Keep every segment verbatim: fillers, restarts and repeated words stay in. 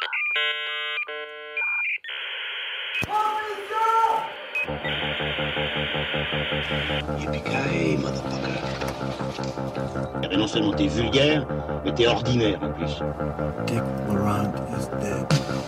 Yippee-ki-yay, motherfucker. Eh ben non seulement t'es vulgaire, mais t'es ordinaire en plus. Dick Laurent is dead.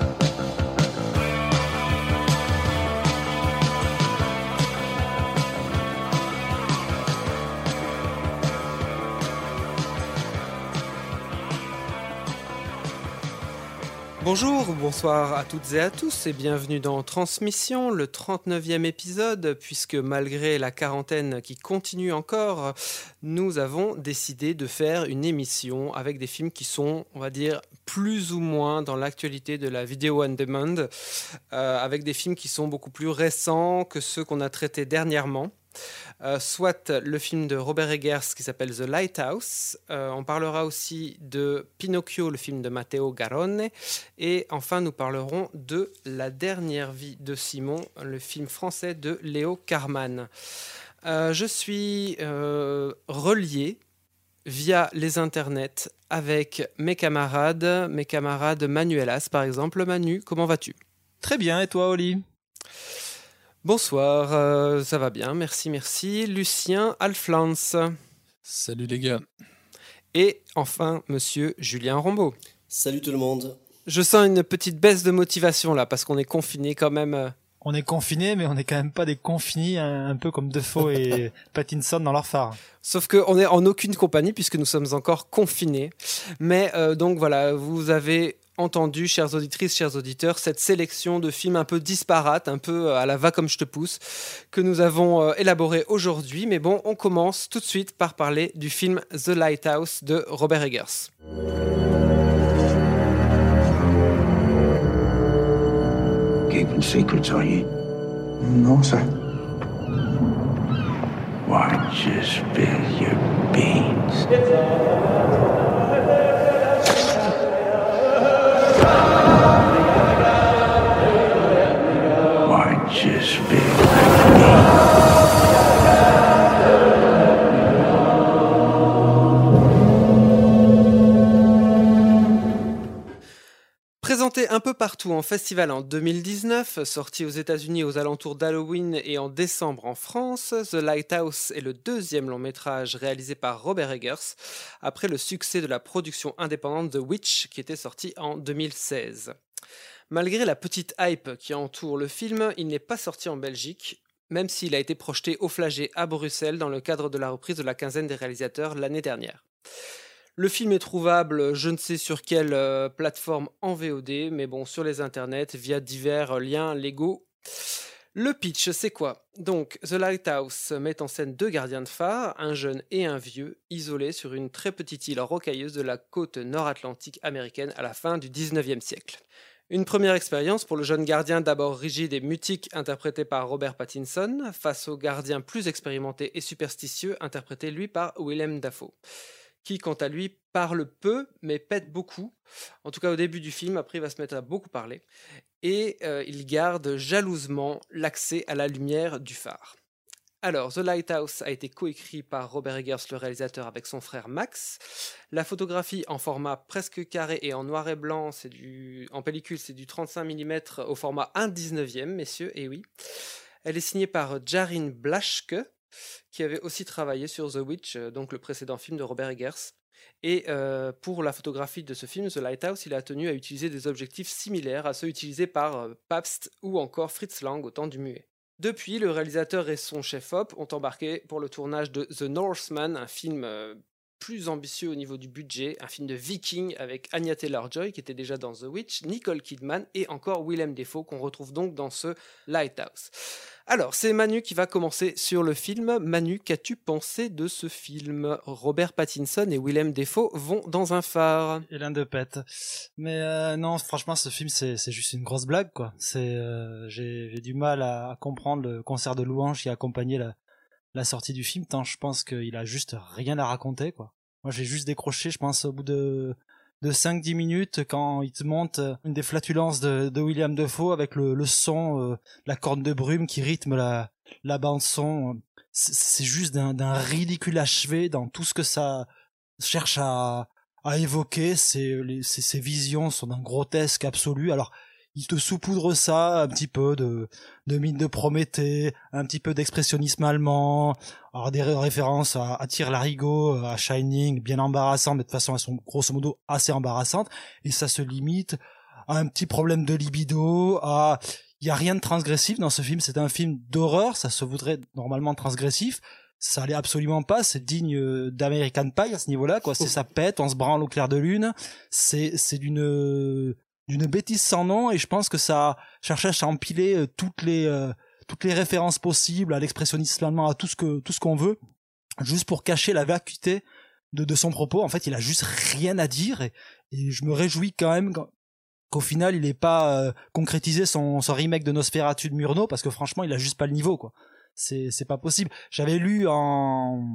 Bonjour, bonsoir à toutes et à tous et bienvenue dans Transmission, le trente-neuvième épisode, puisque malgré la quarantaine qui continue encore, nous avons décidé de faire une émission avec des films qui sont, on va dire, plus ou moins dans l'actualité de la vidéo on demand, euh, avec des films qui sont beaucoup plus récents que ceux qu'on a traités dernièrement. Euh, soit le film de Robert Eggers qui s'appelle The Lighthouse, euh, on parlera aussi de Pinocchio, le film de Matteo Garrone, et enfin nous parlerons de La dernière vie de Simon, le film français de Léo Carman. Euh, je suis euh, relié via les internets avec mes camarades, mes camarades Manuelas par exemple. Manu, comment vas-tu ? Très bien, et toi Oli ? Bonsoir, euh, ça va bien, merci, merci. Lucien Alflans. Salut les gars. Et enfin, monsieur Julien Rombaud. Salut tout le monde. Je sens une petite baisse de motivation là, parce qu'on est confinés quand même. On est confinés, mais on n'est quand même pas des confinés, un, un peu comme Defoe et Pattinson dans leur phare. Sauf qu'on est en aucune compagnie, puisque nous sommes encore confinés. Mais euh, donc voilà, vous avez entendu, chères auditrices, chers auditeurs, cette sélection de films un peu disparates, un peu à la va comme je te pousse, que nous avons euh, élaboré aujourd'hui. Mais bon, on commence tout de suite par parler du film The Lighthouse de Robert Eggers. Keeping secrets, are you? No, sir. Why, just spill your beans. Why, just spill your beans. Présenté un peu partout en festival en deux mille dix-neuf, sorti aux États-Unis aux alentours d'Halloween et en décembre en France, The Lighthouse est le deuxième long métrage réalisé par Robert Eggers, après le succès de la production indépendante The Witch qui était sortie en deux mille seize. Malgré la petite hype qui entoure le film, il n'est pas sorti en Belgique, même s'il a été projeté au Flagey à Bruxelles dans le cadre de la reprise de la quinzaine des réalisateurs l'année dernière. Le film est trouvable, je ne sais sur quelle euh, plateforme en V O D, mais bon, sur les internets, via divers liens légaux. Le pitch, c'est quoi ? Donc, The Lighthouse met en scène deux gardiens de phare, un jeune et un vieux, isolés sur une très petite île rocailleuse de la côte nord-atlantique américaine à la fin du dix-neuvième siècle. Une première expérience pour le jeune gardien d'abord rigide et mutique interprété par Robert Pattinson, face au gardien plus expérimenté et superstitieux interprété lui par Willem Dafoe, qui, quant à lui, parle peu, mais pète beaucoup. En tout cas, au début du film, après, il va se mettre à beaucoup parler. Et euh, il garde jalousement l'accès à la lumière du phare. Alors, The Lighthouse a été coécrit par Robert Eggers, le réalisateur, avec son frère Max. La photographie en format presque carré et en noir et blanc, c'est du... en pellicule, c'est du trente-cinq millimètres au format un dix-neuvième, messieurs, et oui. Elle est signée par Jarin Blaschke, qui avait aussi travaillé sur The Witch, donc le précédent film de Robert Eggers. Et euh, pour la photographie de ce film, The Lighthouse, il a tenu à utiliser des objectifs similaires à ceux utilisés par euh, Pabst ou encore Fritz Lang au temps du muet. Depuis, le réalisateur et son chef-op ont embarqué pour le tournage de The Northman, un film euh, plus ambitieux au niveau du budget, un film de viking avec Anya Taylor-Joy qui était déjà dans The Witch, Nicole Kidman et encore Willem Dafoe qu'on retrouve donc dans ce Lighthouse. Alors, c'est Manu qui va commencer sur le film. Manu, qu'as-tu pensé de ce film ? Robert Pattinson et Willem Dafoe vont dans un phare. Et l'un de pète. Mais euh, non, franchement, ce film, c'est, c'est juste une grosse blague, quoi. C'est, euh, j'ai, j'ai du mal à, à comprendre le concert de louanges qui a accompagné la, la sortie du film, tant je pense qu'il a juste rien à raconter, quoi. Moi, j'ai juste décroché, je pense, au bout de... de cinq dix minutes quand il te monte une des flatulences de, de Willem Dafoe avec le, le son, euh, la corne de brume qui rythme la, la bande son. C'est, c'est juste d'un, d'un ridicule achevé dans tout ce que ça cherche à, à évoquer. Ces, les, ces, ces visions sont d'un grotesque absolu. Alors, il te saupoudre ça un petit peu de, de mythe de Prométhée, un petit peu d'expressionnisme allemand, alors des références à, à Tire Larigot, à Shining, bien embarrassantes, mais de toute façon elles sont grosso modo assez embarrassantes, et ça se limite à un petit problème de libido, à... Il y a rien de transgressif dans ce film, c'est un film d'horreur, ça se voudrait normalement transgressif, ça l'est absolument pas, c'est digne d'American Pie à ce niveau-là, quoi. C'est ça pète, on se branle au clair de lune, c'est, c'est d'une... d'une bêtise sans nom, et je pense que ça cherchait à empiler euh, toutes les euh, toutes les références possibles à l'expressionnisme allemand, à tout ce que tout ce qu'on veut, juste pour cacher la vacuité de de son propos. En fait, il a juste rien à dire, et, et je me réjouis quand même qu'au final il ait pas euh, concrétisé son son remake de Nosferatu de Murnau, parce que franchement, il a juste pas le niveau, quoi. C'est c'est pas possible. J'avais lu en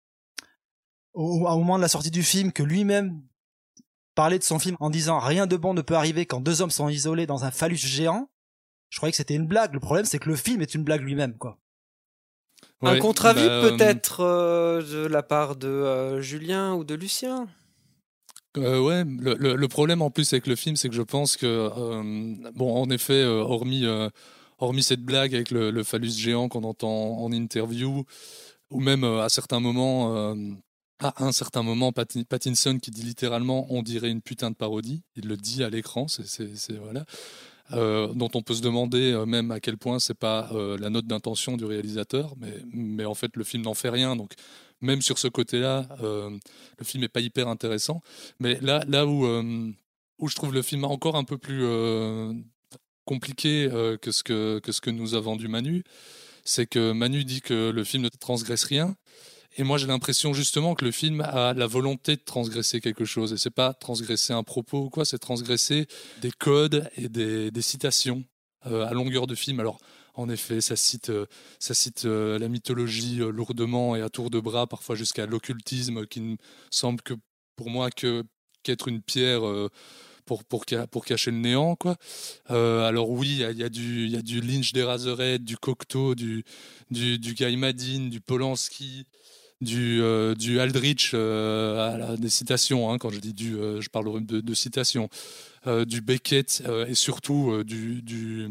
au, au moment de la sortie du film que lui-même parler de son film en disant rien de bon ne peut arriver quand deux hommes sont isolés dans un phallus géant. Je croyais que c'était une blague. Le problème, c'est que le film est une blague lui-même, quoi. Ouais, un contre-avis bah, peut-être euh, de la part de euh, Julien ou de Lucien. Euh, ouais, le, le, le problème en plus avec le film, c'est que je pense que, euh, bon, en effet, euh, hormis, euh, hormis cette blague avec le, le phallus géant qu'on entend en interview, ou même euh, à certains moments, euh, à un certain moment, Pat- Pattinson qui dit littéralement, on dirait une putain de parodie. Il le dit à l'écran, c'est, c'est, c'est voilà. Euh, dont on peut se demander euh, même à quel point c'est pas euh, la note d'intention du réalisateur, mais, mais en fait le film n'en fait rien, donc même sur ce côté-là, euh, le film n'est pas hyper intéressant. Mais là, là où, euh, où je trouve le film encore un peu plus euh, compliqué euh, que, ce que, que ce que nous a vendu Manu, c'est que Manu dit que le film ne transgresse rien. Et moi, j'ai l'impression justement que le film a la volonté de transgresser quelque chose. Et c'est pas transgresser un propos ou quoi, c'est transgresser des codes et des, des citations euh, à longueur de film. Alors, en effet, ça cite, euh, ça cite euh, la mythologie euh, lourdement et à tour de bras, parfois jusqu'à l'occultisme, qui ne semble que, pour moi, que, qu'être une pierre euh, pour, pour, pour cacher le néant, quoi. Euh, alors oui, il y a, y, a du, y a du Lynch d'Eraserhead, du Cocteau, du, du, du Guy Maddin, du Polanski, du, euh, du Aldrich, euh, à la, des citations, hein, quand je dis du, euh, je parle de, de citations, euh, du Beckett euh, et surtout euh, du, du,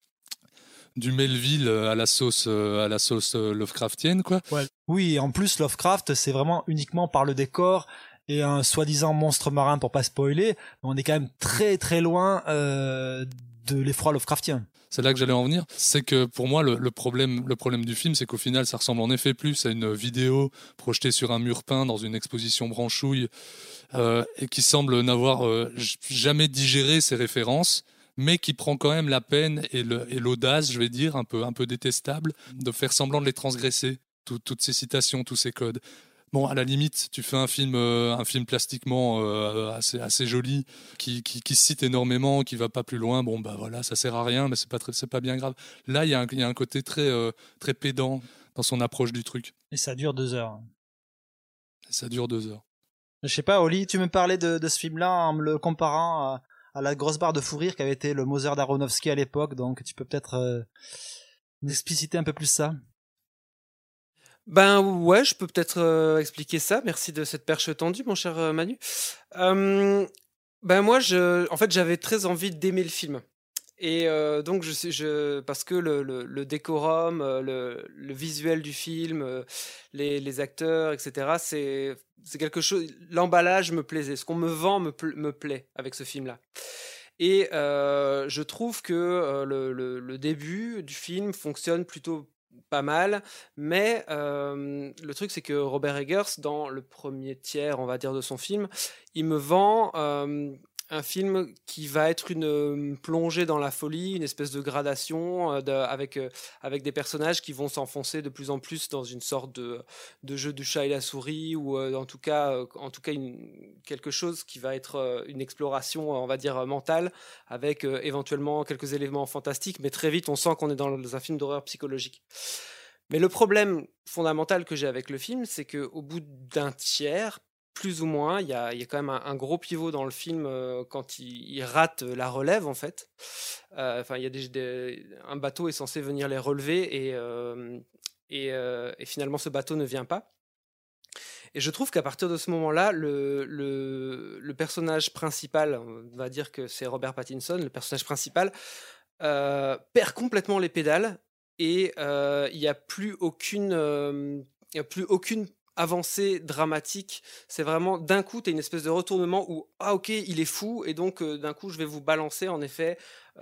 du Melville à la sauce, euh, à la sauce euh, Lovecraftienne, quoi. Ouais. Oui, et en plus, Lovecraft, c'est vraiment uniquement par le décor et un soi-disant monstre marin pour pas spoiler. On est quand même très très loin euh, de l'effroi Lovecraftien. C'est là que j'allais en venir. C'est que pour moi, le, le, problème, le problème du film, c'est qu'au final, ça ressemble en effet plus à une vidéo projetée sur un mur peint dans une exposition branchouille euh, et qui semble n'avoir euh, jamais digéré ses références, mais qui prend quand même la peine et, le, et l'audace, je vais dire, un peu, un peu détestable, de faire semblant de les transgresser, tout, toutes ces citations, tous ces codes. Bon, à la limite, tu fais un film, euh, un film plastiquement euh, assez, assez joli, qui, qui, qui cite énormément, qui va pas plus loin. Bon, bah voilà, ça sert à rien, mais c'est pas très, c'est pas bien grave. Là, il y a un, il y a un côté très, euh, très pédant dans son approche du truc. Et ça dure deux heures. Et ça dure deux heures. Je sais pas, Oli, tu me parlais de, de ce film-là en me le comparant à, à la grosse barre de fou rire qu'avait été le Mozart d'Aronofsky à l'époque, donc tu peux peut-être euh, expliciter un peu plus ça. Ben ouais, je peux peut-être euh, expliquer ça. Merci de cette perche tendue, mon cher euh, Manu. Euh, ben moi, je, en fait, j'avais très envie d'aimer le film. Et euh, donc, je, je, parce que le, le, le décorum, euh, le, le visuel du film, euh, les, les acteurs, et cetera, c'est, c'est quelque chose. L'emballage me plaisait. Ce qu'on me vend me, pla- me plaît avec ce film-là. Et euh, je trouve que euh, le, le, le début du film fonctionne plutôt pas mal, mais euh, le truc c'est que Robert Eggers, dans le premier tiers, on va dire, de son film, il me vend euh, un film qui va être une euh, plongée dans la folie, une espèce de gradation euh, de, avec, euh, avec des personnages qui vont s'enfoncer de plus en plus dans une sorte de, de jeu du chat et la souris, ou euh, en tout cas, euh, en tout cas une, quelque chose qui va être euh, une exploration, on va dire, euh, mentale, avec euh, éventuellement quelques éléments fantastiques, mais très vite on sent qu'on est dans un film d'horreur psychologique. Mais le problème fondamental que j'ai avec le film, c'est qu'au bout d'un tiers, plus ou moins, il y a, y a quand même un, un gros pivot dans le film euh, quand il, il rate la relève, en fait. Euh, Enfin, il y a des, des, un bateau est censé venir les relever, et, euh, et, euh, et finalement ce bateau ne vient pas. Et je trouve qu'à partir de ce moment-là, le, le, le personnage principal, on va dire que c'est Robert Pattinson, le personnage principal, euh, perd complètement les pédales et euh, il n'y a plus aucune, euh, il y a plus aucune avancée dramatique. C'est vraiment d'un coup, tu as une espèce de retournement où ah ok, il est fou et donc euh, d'un coup, je vais vous balancer en effet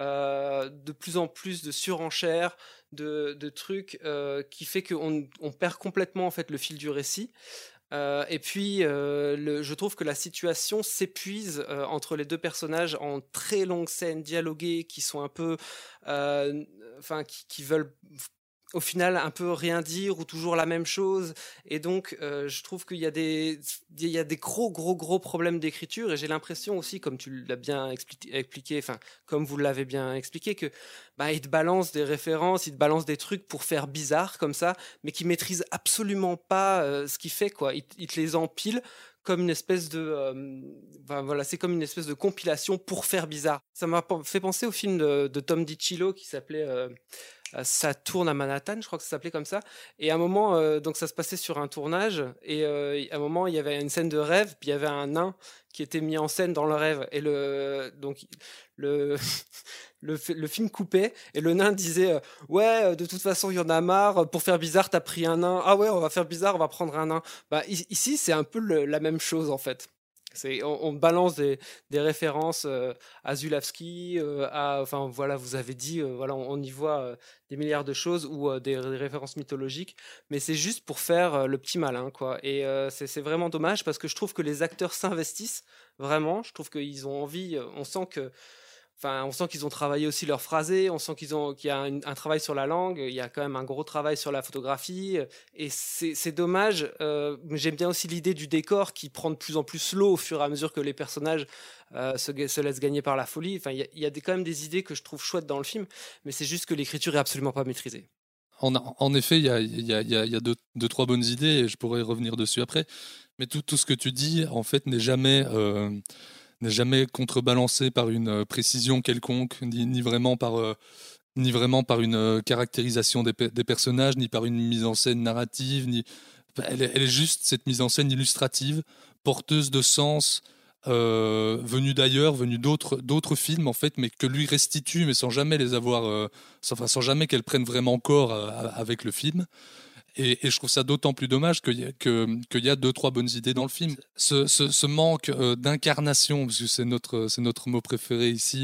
euh, de plus en plus de surenchères, de, de trucs euh, qui fait qu'on on perd complètement en fait le fil du récit. Euh, et puis, euh, le, je trouve que la situation s'épuise euh, entre les deux personnages en très longues scènes dialoguées qui sont un peu, euh, enfin, qui, qui veulent au final un peu rien dire ou toujours la même chose. Et donc, euh, je trouve qu'il y a des, il y a des gros, gros, gros problèmes d'écriture. Et j'ai l'impression aussi, comme tu l'as bien expliqué, expliqué, enfin, comme vous l'avez bien expliqué, que bah, il te balance des références, il te balance des trucs pour faire bizarre comme ça, mais qui maîtrise absolument pas euh, ce qu'il fait, quoi. Il, il te les empile comme une espèce de, euh, ben voilà, c'est comme une espèce de compilation pour faire bizarre. Ça m'a fait penser au film de, de Tom DiCillo qui s'appelait euh, Ça tourne à Manhattan, je crois que ça s'appelait comme ça. Et à un moment, euh, donc ça se passait sur un tournage, et euh, à un moment il y avait une scène de rêve, puis il y avait un nain qui était mis en scène dans le rêve, et le donc le le, le film coupait, et le nain disait euh, ouais, de toute façon il y en a marre, pour faire bizarre t'as pris un nain, ah ouais on va faire bizarre, on va prendre un nain. Bah ici c'est un peu le, la même chose en fait. C'est, on, on balance des, des références euh, à Zulawski, euh, à, enfin voilà, vous avez dit, euh, voilà, on, on y voit euh, des milliards de choses ou euh, des, des références mythologiques, mais c'est juste pour faire euh, le petit malin, quoi. Et euh, c'est, c'est vraiment dommage parce que je trouve que les acteurs s'investissent vraiment. Je trouve qu'ils ont envie. euh, On sent que Enfin, on sent qu'ils ont travaillé aussi leur phrasé, on sent qu'ils ont, qu'il y a un, un travail sur la langue, il y a quand même un gros travail sur la photographie, et c'est, c'est dommage. Euh, j'aime bien aussi l'idée du décor qui prend de plus en plus slow au fur et à mesure que les personnages euh, se, se laissent gagner par la folie. Enfin, il y a, il y a des, quand même des idées que je trouve chouettes dans le film, mais c'est juste que l'écriture est absolument pas maîtrisée. En, en effet, il y a, il y a, il y a, il y a deux, deux, trois bonnes idées, et je pourrais revenir dessus après. Mais tout, tout ce que tu dis, en fait, n'est jamais... Euh, n'est jamais contrebalancé par une euh, précision quelconque, ni, ni vraiment par, euh, ni vraiment par une euh, caractérisation des, pe- des personnages, ni par une mise en scène narrative. Ni... Elle, est, elle est juste cette mise en scène illustrative, porteuse de sens, euh, venue d'ailleurs, venue d'autres, d'autres films en fait, mais que lui restitue, mais sans jamais les avoir, euh, sans, enfin, sans jamais qu'elles prennent vraiment corps euh, avec le film. Et, et je trouve ça d'autant plus dommage qu'il y, a, que, qu'il y a deux, trois bonnes idées dans le film. Ce, ce, ce manque euh, d'incarnation, parce que c'est notre, c'est notre mot préféré ici,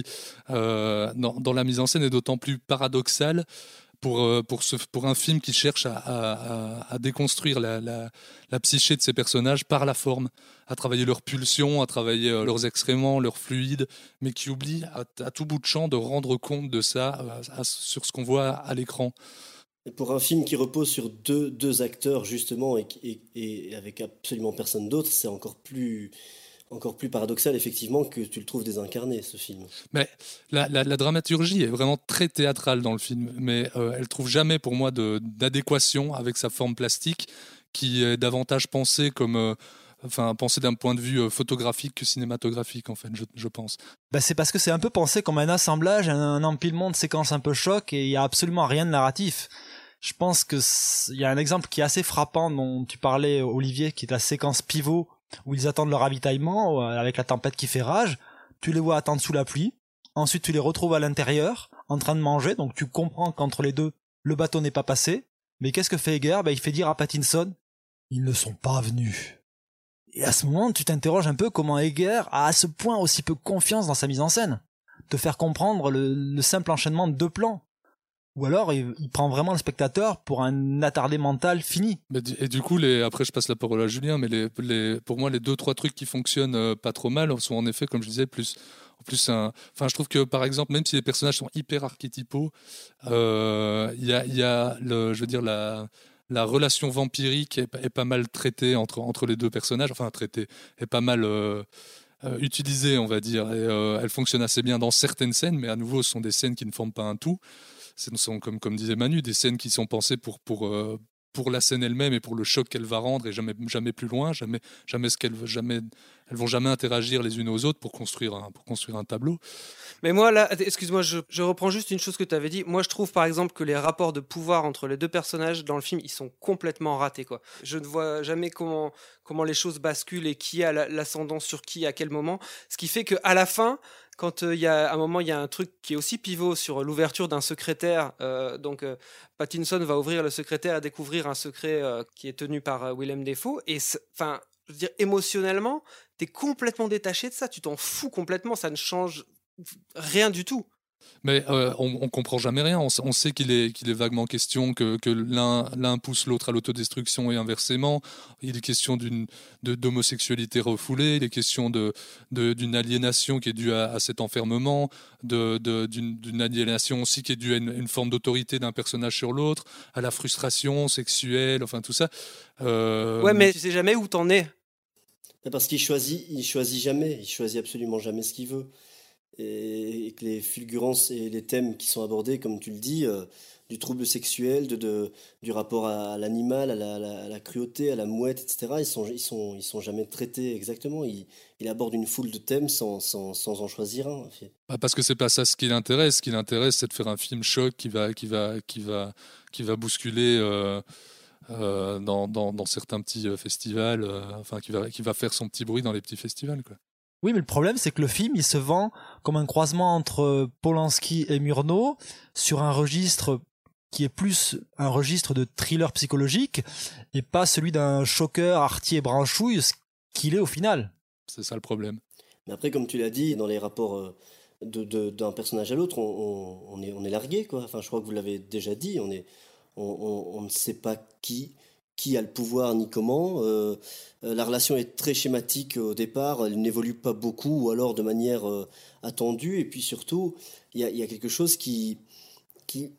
euh, dans, dans la mise en scène est d'autant plus paradoxal pour, euh, pour, ce, pour un film qui cherche à, à, à déconstruire la, la, la psyché de ses personnages par la forme, à travailler leurs pulsions, à travailler euh, leurs excréments, leurs fluides, mais qui oublie à, à tout bout de champ de rendre compte de ça à, à, sur ce qu'on voit à l'écran. Et pour un film qui repose sur deux, deux acteurs, justement, et, et, et avec absolument personne d'autre, c'est encore plus, encore plus paradoxal, effectivement, que tu le trouves désincarné, ce film. Mais la, la, la dramaturgie est vraiment très théâtrale dans le film, mais euh, elle trouve jamais, pour moi, de, d'adéquation avec sa forme plastique, qui est davantage pensée comme... Euh, enfin, pensée d'un point de vue photographique que cinématographique, en fait, je, je pense. Bah, c'est parce que c'est un peu pensé comme un assemblage, un, un empilement de séquences un peu choc, et il y a absolument rien de narratif. Je pense que il y a un exemple qui est assez frappant dont tu parlais, Olivier, qui est la séquence pivot où ils attendent le ravitaillement avec la tempête qui fait rage. Tu les vois attendre sous la pluie. Ensuite, tu les retrouves à l'intérieur en train de manger. Donc, tu comprends qu'entre les deux, le bateau n'est pas passé. Mais qu'est-ce que fait Eger ? Bah, il fait dire à Pattinson, ils ne sont pas venus. Et à ce moment, tu t'interroges un peu comment Eger a à ce point aussi peu confiance dans sa mise en scène. Te faire comprendre le, le simple enchaînement de deux plans. Ou alors, il, il prend vraiment le spectateur pour un attardé mental fini. Et du coup, les, après, je passe la parole à Julien, mais les, les, pour moi, les deux, trois trucs qui fonctionnent euh, pas trop mal sont en effet, comme je disais, plus, en plus un... Enfin, je trouve que, par exemple, même si les personnages sont hyper archétypaux, il euh, y a, y a le, je veux dire, la... la relation vampirique est, est pas mal traitée entre, entre les deux personnages, enfin traitée, est pas mal euh, euh, utilisée, on va dire, et euh, elle fonctionne assez bien dans certaines scènes, mais à nouveau, ce sont des scènes qui ne forment pas un tout. Ce sont, comme, comme disait Manu, des scènes qui sont pensées pour, pour, euh, pour la scène elle-même et pour le choc qu'elle va rendre, et jamais, jamais plus loin, jamais, jamais, ce qu'elle, jamais elles vont jamais interagir les unes aux autres pour construire un, pour construire un tableau. Mais moi, là, excuse-moi, je, je reprends juste une chose que tu avais dit. Moi, je trouve par exemple que les rapports de pouvoir entre les deux personnages dans le film, ils sont complètement ratés, quoi. Je ne vois jamais comment, comment les choses basculent et qui a l'ascendant sur qui à quel moment. Ce qui fait qu'à la fin, quand il euh, y a à un moment, il y a un truc qui est aussi pivot sur l'ouverture d'un secrétaire. Euh, donc, euh, Pattinson va ouvrir le secrétaire et découvrir un secret euh, qui est tenu par euh, Willem Dafoe. Et enfin, je veux dire, émotionnellement, t'es complètement détaché de ça. Tu t'en fous complètement. Ça ne change rien du tout. Mais euh, on, on comprend jamais rien. On, on sait qu'il est, qu'il est vaguement question que, que l'un, l'un pousse l'autre à l'autodestruction et inversement. Il est question d'une, de, d'homosexualité refoulée. Il est question de, de, d'une aliénation qui est due à, à cet enfermement, de, de, d'une, d'une aliénation aussi qui est due à une, une forme d'autorité d'un personnage sur l'autre, à la frustration sexuelle, enfin tout ça. Euh... Ouais, mais tu sais jamais où t'en es. Parce qu'il choisit, il choisit jamais. Il choisit absolument jamais ce qu'il veut. Et que les fulgurances et les thèmes qui sont abordés, comme tu le dis, euh, du trouble sexuel, de, de, du rapport à l'animal, à la, à, la, à la cruauté, à la mouette, et cetera, ils sont, ils sont, ils sont jamais traités exactement. Il, il aborde une foule de thèmes sans, sans, sans en choisir un. Bah parce que c'est pas ça ce qui l'intéresse. Ce qui l'intéresse, c'est de faire un film choc qui va, qui va, qui va, qui va bousculer euh, euh, dans, dans, dans certains petits festivals, euh, enfin qui va, qui va faire son petit bruit dans les petits festivals, quoi. Oui, mais le problème, c'est que le film, il se vend comme un croisement entre Polanski et Murnau sur un registre qui est plus un registre de thriller psychologique et pas celui d'un choqueur arty et branchouille, ce qu'il est au final. C'est ça le problème. Mais après, comme tu l'as dit, dans les rapports de, de, d'un personnage à l'autre, on, on, on est, on est largué, quoi. Enfin, je crois que vous l'avez déjà dit, on, est, on, on, on ne sait pas qui... qui a le pouvoir ni comment. Euh, euh, la relation est très schématique au départ, elle n'évolue pas beaucoup ou alors de manière euh, attendue. Et puis surtout, il y a, y a quelque chose qui... qui...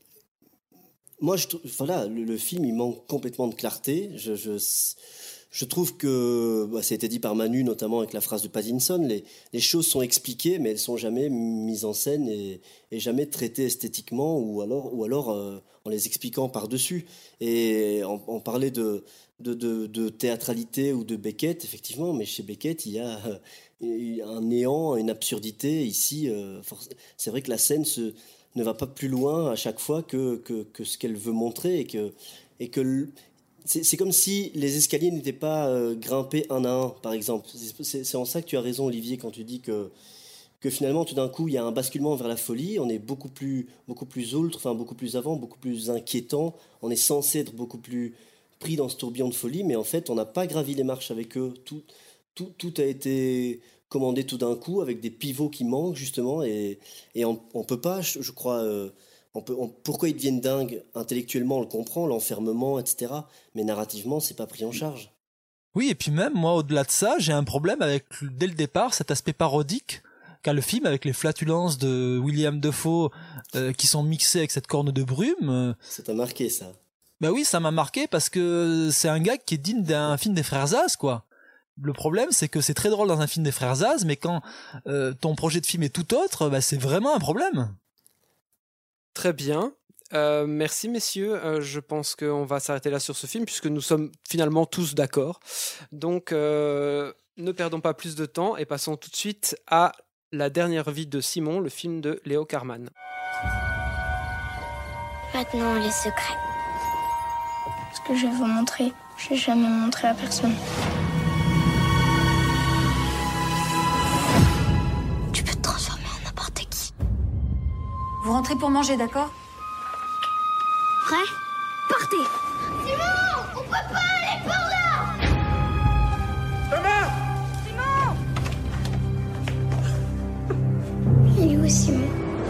Moi, je, voilà, le, le film, il manque complètement de clarté. Je, je, je trouve que, bah, ça a été dit par Manu, notamment avec la phrase de Pattinson, les, les choses sont expliquées, mais elles sont jamais mises en scène et, et jamais traitées esthétiquement ou alors, ou alors euh, en les expliquant par-dessus. Et on, on parlait de, de, de, de théâtralité ou de Beckett, effectivement, mais chez Beckett, il y a euh, un néant, une absurdité. Ici, euh, c'est vrai que la scène se, ne va pas plus loin à chaque fois que, que, que ce qu'elle veut montrer et que... Et que C'est, c'est comme si les escaliers n'étaient pas euh, grimpés un à un, par exemple. C'est, c'est, c'est en ça que tu as raison, Olivier, quand tu dis que, que finalement, tout d'un coup, il y a un basculement vers la folie. On est beaucoup plus, beaucoup plus ultra, enfin beaucoup plus avant, beaucoup plus inquiétant. On est censé être beaucoup plus pris dans ce tourbillon de folie, mais en fait, on n'a pas gravi les marches avec eux. Tout, tout, tout a été commandé tout d'un coup, avec des pivots qui manquent, justement, et, et on ne peut pas, je, je crois... Euh, On peut, on, pourquoi ils deviennent dingues intellectuellement, on le comprend, l'enfermement, et cetera. Mais narrativement, c'est pas pris en charge. Oui, et puis même, moi, au-delà de ça, j'ai un problème avec, dès le départ, cet aspect parodique qu'a le film avec les flatulences de William Dafoe euh, qui sont mixées avec cette corne de brume. Ça t'a marqué, ça? Bah oui, ça m'a marqué parce que c'est un gars qui est digne d'un film des frères Zaz, quoi. Le problème, c'est que c'est très drôle dans un film des frères Zaz, mais quand euh, ton projet de film est tout autre, bah, c'est vraiment un problème. Très bien. Euh, merci messieurs. Euh, je pense qu'on va s'arrêter là sur ce film puisque nous sommes finalement tous d'accord. Donc euh, ne perdons pas plus de temps et passons tout de suite à La dernière vie de Simon, le film de Léo Carman. Maintenant les secrets. Ce que je vais vous montrer, je n'ai jamais montré à personne. Tu peux te transformer en n'importe qui. Vous rentrez pour manger, d'accord? Prêt? Partez! Simon! On peut pas aller par là! Thomas! Simon! Il est où, Simon?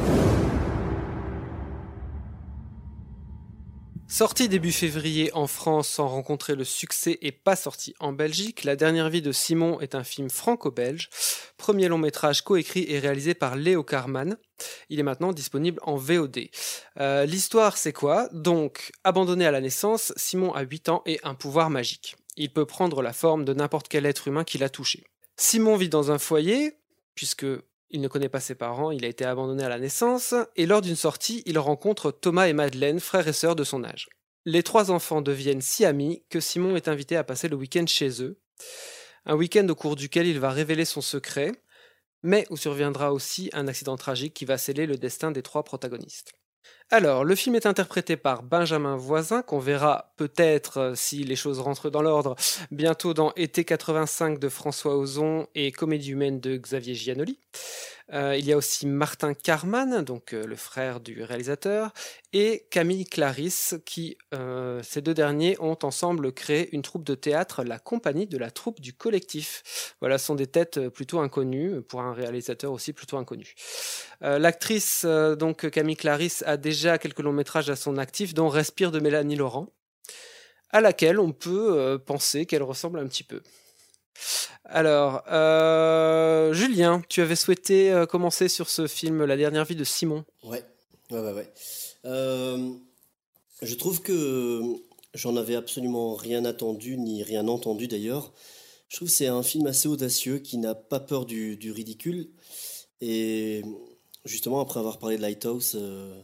Sorti début février en France sans rencontrer le succès et pas sorti en Belgique, La dernière vie de Simon est un film franco-belge, premier long métrage coécrit et réalisé par Léo Carman. Il est maintenant disponible en V O D. Euh, l'histoire c'est quoi? Donc, abandonné à la naissance, Simon a huit ans et un pouvoir magique. Il peut prendre la forme de n'importe quel être humain qui l'a touché. Simon vit dans un foyer, puisque il ne connaît pas ses parents, il a été abandonné à la naissance, et lors d'une sortie, il rencontre Thomas et Madeleine, frères et sœurs de son âge. Les trois enfants deviennent si amis que Simon est invité à passer le week-end chez eux. Un week-end au cours duquel il va révéler son secret, mais où surviendra aussi un accident tragique qui va sceller le destin des trois protagonistes. Alors, le film est interprété par Benjamin Voisin, qu'on verra peut-être, euh, si les choses rentrent dans l'ordre, bientôt dans Été quatre-vingt-cinq de François Ozon et Comédie humaine de Xavier Giannoli. Euh, il y a aussi Martin Karman, donc euh, le frère du réalisateur, et Camille Clarisse, qui, euh, ces deux derniers, ont ensemble créé une troupe de théâtre, la Compagnie de la Troupe du Collectif. Voilà, ce sont des têtes plutôt inconnues, pour un réalisateur aussi plutôt inconnu. Euh, l'actrice, euh, donc Camille Clarisse, a déjà quelques longs métrages à son actif, dont Respire de Mélanie Laurent, à laquelle on peut euh, penser qu'elle ressemble un petit peu. Alors, euh, Julien, tu avais souhaité euh, commencer sur ce film La dernière vie de Simon. Ouais, ouais, ouais. ouais. Euh, je trouve que j'en avais absolument rien attendu, ni rien entendu d'ailleurs. Je trouve que c'est un film assez audacieux qui n'a pas peur du, du ridicule. Et justement, après avoir parlé de Lighthouse, euh,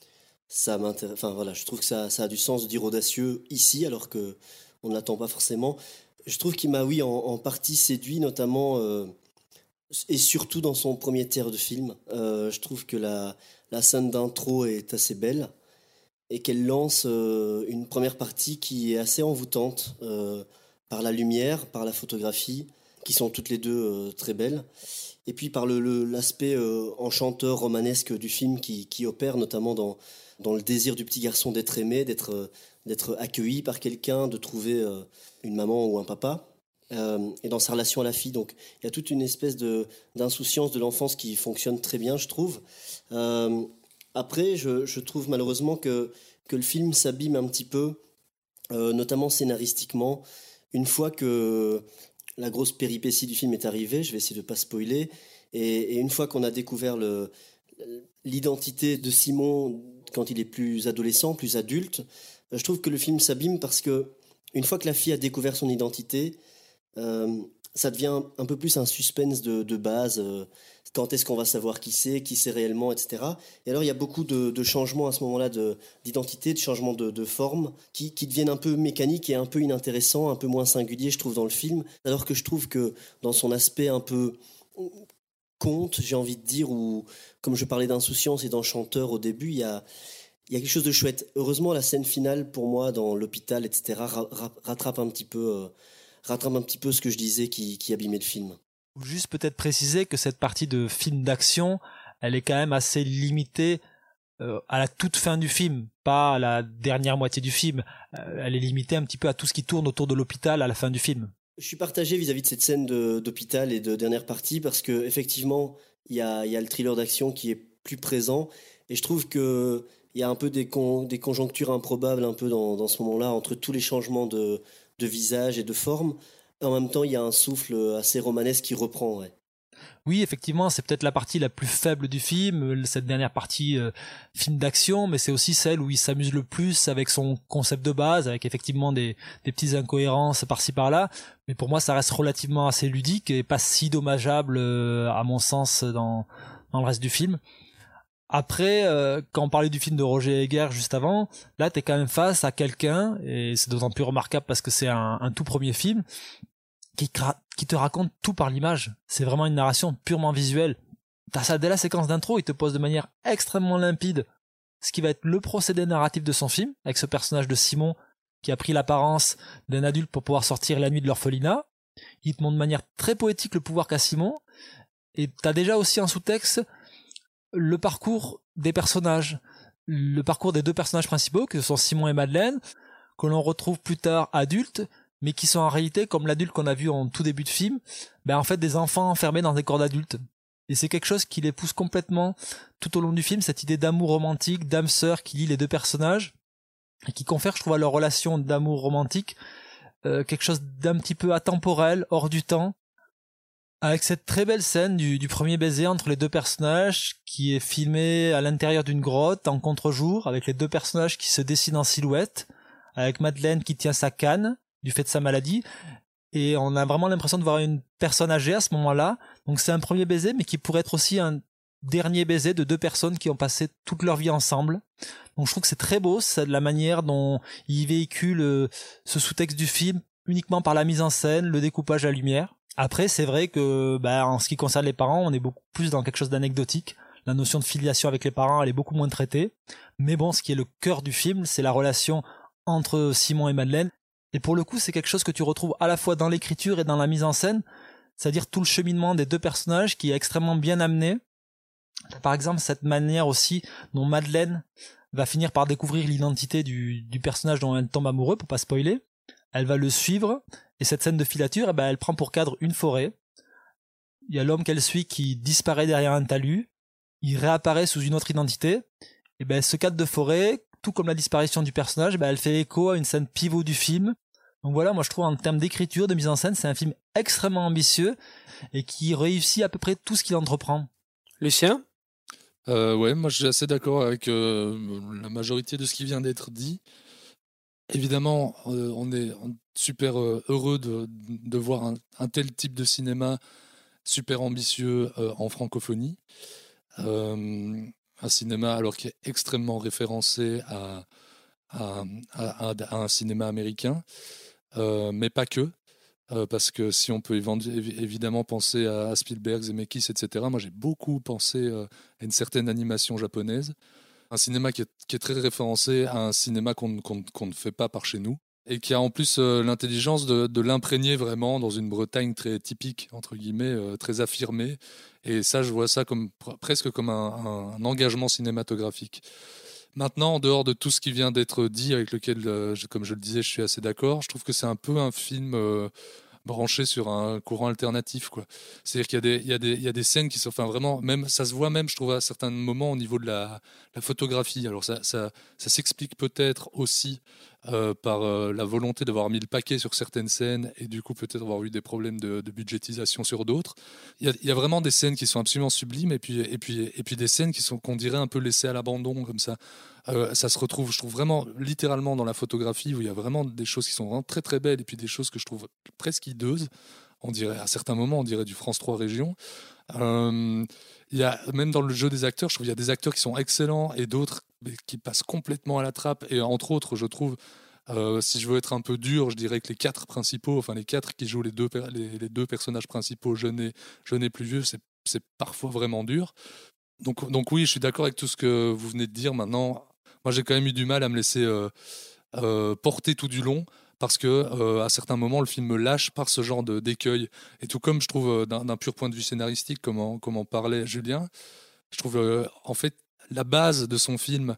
ça m'intéresse. Enfin voilà, je trouve que ça, ça a du sens de dire audacieux ici, alors que on ne l'attend pas forcément. Je trouve qu'il m'a, oui, en, en partie séduit, notamment euh, et surtout dans son premier tiers de film. Euh, je trouve que la, la scène d'intro est assez belle et qu'elle lance euh, une première partie qui est assez envoûtante euh, par la lumière, par la photographie, qui sont toutes les deux euh, très belles, et puis par le, le, l'aspect euh, enchanteur, romanesque du film qui, qui opère notamment dans, dans le désir du petit garçon d'être aimé, d'être... Euh, d'être accueilli par quelqu'un, de trouver euh, une maman ou un papa, euh, et dans sa relation à la fille. Donc il y a toute une espèce de, d'insouciance de l'enfance qui fonctionne très bien, je trouve. Euh, après, je, je trouve malheureusement que, que le film s'abîme un petit peu, euh, notamment scénaristiquement. Une fois que la grosse péripétie du film est arrivée, je vais essayer de ne pas spoiler, et, et une fois qu'on a découvert le, l'identité de Simon quand il est plus adolescent, plus adulte, je trouve que le film s'abîme parce que une fois que la fille a découvert son identité, euh, ça devient un peu plus un suspense de, de base. Euh, quand est-ce qu'on va savoir qui c'est, qui c'est réellement, et cetera. Et alors il y a beaucoup de, de changements à ce moment-là de, d'identité, de changements de, de forme, qui, qui deviennent un peu mécaniques et un peu inintéressants, un peu moins singuliers, je trouve, dans le film. Alors que je trouve que dans son aspect un peu conte, j'ai envie de dire, ou comme je parlais d'insouciance et d'enchanteur au début, il y a Il y a quelque chose de chouette. Heureusement, la scène finale, pour moi, dans l'hôpital, et cetera, ra- ra- rattrape un petit peu, euh, rattrape un petit peu ce que je disais qui, qui abîmait le film. Juste peut-être préciser que cette partie de film d'action, elle est quand même assez limitée euh, à la toute fin du film, pas à la dernière moitié du film. Euh, elle est limitée un petit peu à tout ce qui tourne autour de l'hôpital à la fin du film. Je suis partagé vis-à-vis de cette scène de, d'hôpital et de dernière partie parce que effectivement, il y a, il y a le thriller d'action qui est plus présent et je trouve que il y a un peu des, con, des conjonctures improbables un peu dans, dans ce moment-là entre tous les changements de, de visage et de forme. En même temps, il y a un souffle assez romanesque qui reprend. Ouais. Oui, effectivement, c'est peut-être la partie la plus faible du film, cette dernière partie euh, film d'action, mais c'est aussi celle où il s'amuse le plus avec son concept de base, avec effectivement des, des petites incohérences par-ci par-là. Mais pour moi, ça reste relativement assez ludique et pas si dommageable, euh, à mon sens, dans, dans le reste du film. Après, euh, quand on parlait du film de Roger Egger juste avant, là t'es quand même face à quelqu'un, et c'est d'autant plus remarquable parce que c'est un, un tout premier film, qui, qui te raconte tout par l'image. C'est vraiment une narration purement visuelle. T'as ça dès la séquence d'intro, il te pose de manière extrêmement limpide ce qui va être le procédé narratif de son film, avec ce personnage de Simon qui a pris l'apparence d'un adulte pour pouvoir sortir la nuit de l'orphelinat. Il te montre de manière très poétique le pouvoir qu'a Simon, et t'as déjà aussi en sous-texte le parcours des personnages, le parcours des deux personnages principaux, que sont Simon et Madeleine, que l'on retrouve plus tard adultes, mais qui sont en réalité, comme l'adulte qu'on a vu en tout début de film, ben en fait des enfants enfermés dans des corps d'adultes. Et c'est quelque chose qui les pousse complètement tout au long du film, cette idée d'amour romantique, d'âme sœur qui lie les deux personnages, et qui confère, je trouve, à leur relation d'amour romantique, euh, quelque chose d'un petit peu atemporel, hors du temps, avec cette très belle scène du, du premier baiser entre les deux personnages qui est filmé à l'intérieur d'une grotte en contre-jour, avec les deux personnages qui se dessinent en silhouette, avec Madeleine qui tient sa canne du fait de sa maladie, et on a vraiment l'impression de voir une personne âgée à ce moment-là. Donc c'est un premier baiser, mais qui pourrait être aussi un dernier baiser de deux personnes qui ont passé toute leur vie ensemble. Donc je trouve que c'est très beau, c'est la manière dont il véhicule ce sous-texte du film uniquement par la mise en scène, le découpage, la lumière. Après, c'est vrai que, bah, en ce qui concerne les parents, on est beaucoup plus dans quelque chose d'anecdotique. La notion de filiation avec les parents, elle est beaucoup moins traitée. Mais bon, ce qui est le cœur du film, c'est la relation entre Simon et Madeleine. Et pour le coup, c'est quelque chose que tu retrouves à la fois dans l'écriture et dans la mise en scène. C'est-à-dire tout le cheminement des deux personnages qui est extrêmement bien amené. Par exemple, cette manière aussi dont Madeleine va finir par découvrir l'identité du, du personnage dont elle tombe amoureux, pour pas spoiler. Elle va le suivre, et cette scène de filature, eh ben, elle prend pour cadre une forêt. Il y a l'homme qu'elle suit qui disparaît derrière un talus, il réapparaît sous une autre identité, et ben, ce cadre de forêt, tout comme la disparition du personnage, ben, elle fait écho à une scène pivot du film. Donc voilà, moi je trouve en termes d'écriture, de mise en scène, c'est un film extrêmement ambitieux, et qui réussit à peu près tout ce qu'il entreprend. Lucien ? Euh, ouais, moi je suis assez d'accord avec euh, la majorité de ce qui vient d'être dit. Évidemment, euh, on est super euh, heureux de, de voir un, un tel type de cinéma super ambitieux euh, en francophonie. Euh, un cinéma alors qui est extrêmement référencé à, à, à, à un cinéma américain, euh, mais pas que. Euh, parce que si on peut évidemment penser à Spielberg, Zemeckis, et cetera, moi j'ai beaucoup pensé euh, à une certaine animation japonaise. Un cinéma qui est, qui est très référencé à un cinéma qu'on, qu'on, qu'on ne fait pas par chez nous et qui a en plus euh, l'intelligence de, de l'imprégner vraiment dans une Bretagne très typique, entre guillemets, euh, très affirmée. Et ça, je vois ça comme, presque comme un, un, un engagement cinématographique. Maintenant, en dehors de tout ce qui vient d'être dit, avec lequel, euh, je, comme je le disais, je suis assez d'accord, je trouve que c'est un peu un film euh, branché sur un courant alternatif, quoi. C'est-à-dire qu'il y a des, il y a des, il y a des scènes qui sont, enfin vraiment, même, ça se voit même, je trouve, à certains moments au niveau de la, la photographie. Alors ça, ça, ça s'explique peut-être aussi euh, par euh, la volonté d'avoir mis le paquet sur certaines scènes et du coup peut-être avoir eu des problèmes de, de budgétisation sur d'autres. Il y, a, il y a vraiment des scènes qui sont absolument sublimes et puis, et puis, et puis des scènes qui sont, qu'on dirait un peu laissées à l'abandon comme ça. Euh, ça se retrouve, je trouve vraiment littéralement dans la photographie où il y a vraiment des choses qui sont vraiment très très belles et puis des choses que je trouve presque hideuses. On dirait à certains moments, on dirait du France trois Régions. Euh, il y a même dans le jeu des acteurs, je trouve qu'il y a des acteurs qui sont excellents et d'autres qui passent complètement à la trappe. Et entre autres, je trouve, euh, si je veux être un peu dur, je dirais que les quatre principaux, enfin les quatre qui jouent les deux, les, les deux personnages principaux, jeunes et, jeunes et plus vieux, c'est, c'est parfois vraiment dur. Donc, donc oui, je suis d'accord avec tout ce que vous venez de dire. Maintenant, moi j'ai quand même eu du mal à me laisser euh, euh, porter tout du long. Parce que euh, à certains moments, le film me lâche par ce genre de, d'écueil. Et tout comme je trouve, euh, d'un, d'un pur point de vue scénaristique, comme en, comme en parlait Julien, je trouve euh, en fait la base de son film,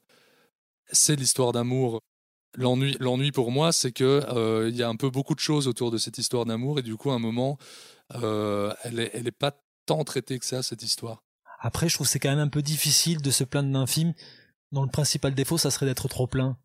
c'est l'histoire d'amour. L'ennui, l'ennui pour moi, c'est que euh, il y a un peu beaucoup de choses autour de cette histoire d'amour, et du coup, à un moment, euh, elle est, elle est pas tant traitée que ça, cette histoire. Après, je trouve que c'est quand même un peu difficile de se plaindre d'un film dont le principal défaut, ça serait d'être trop plein.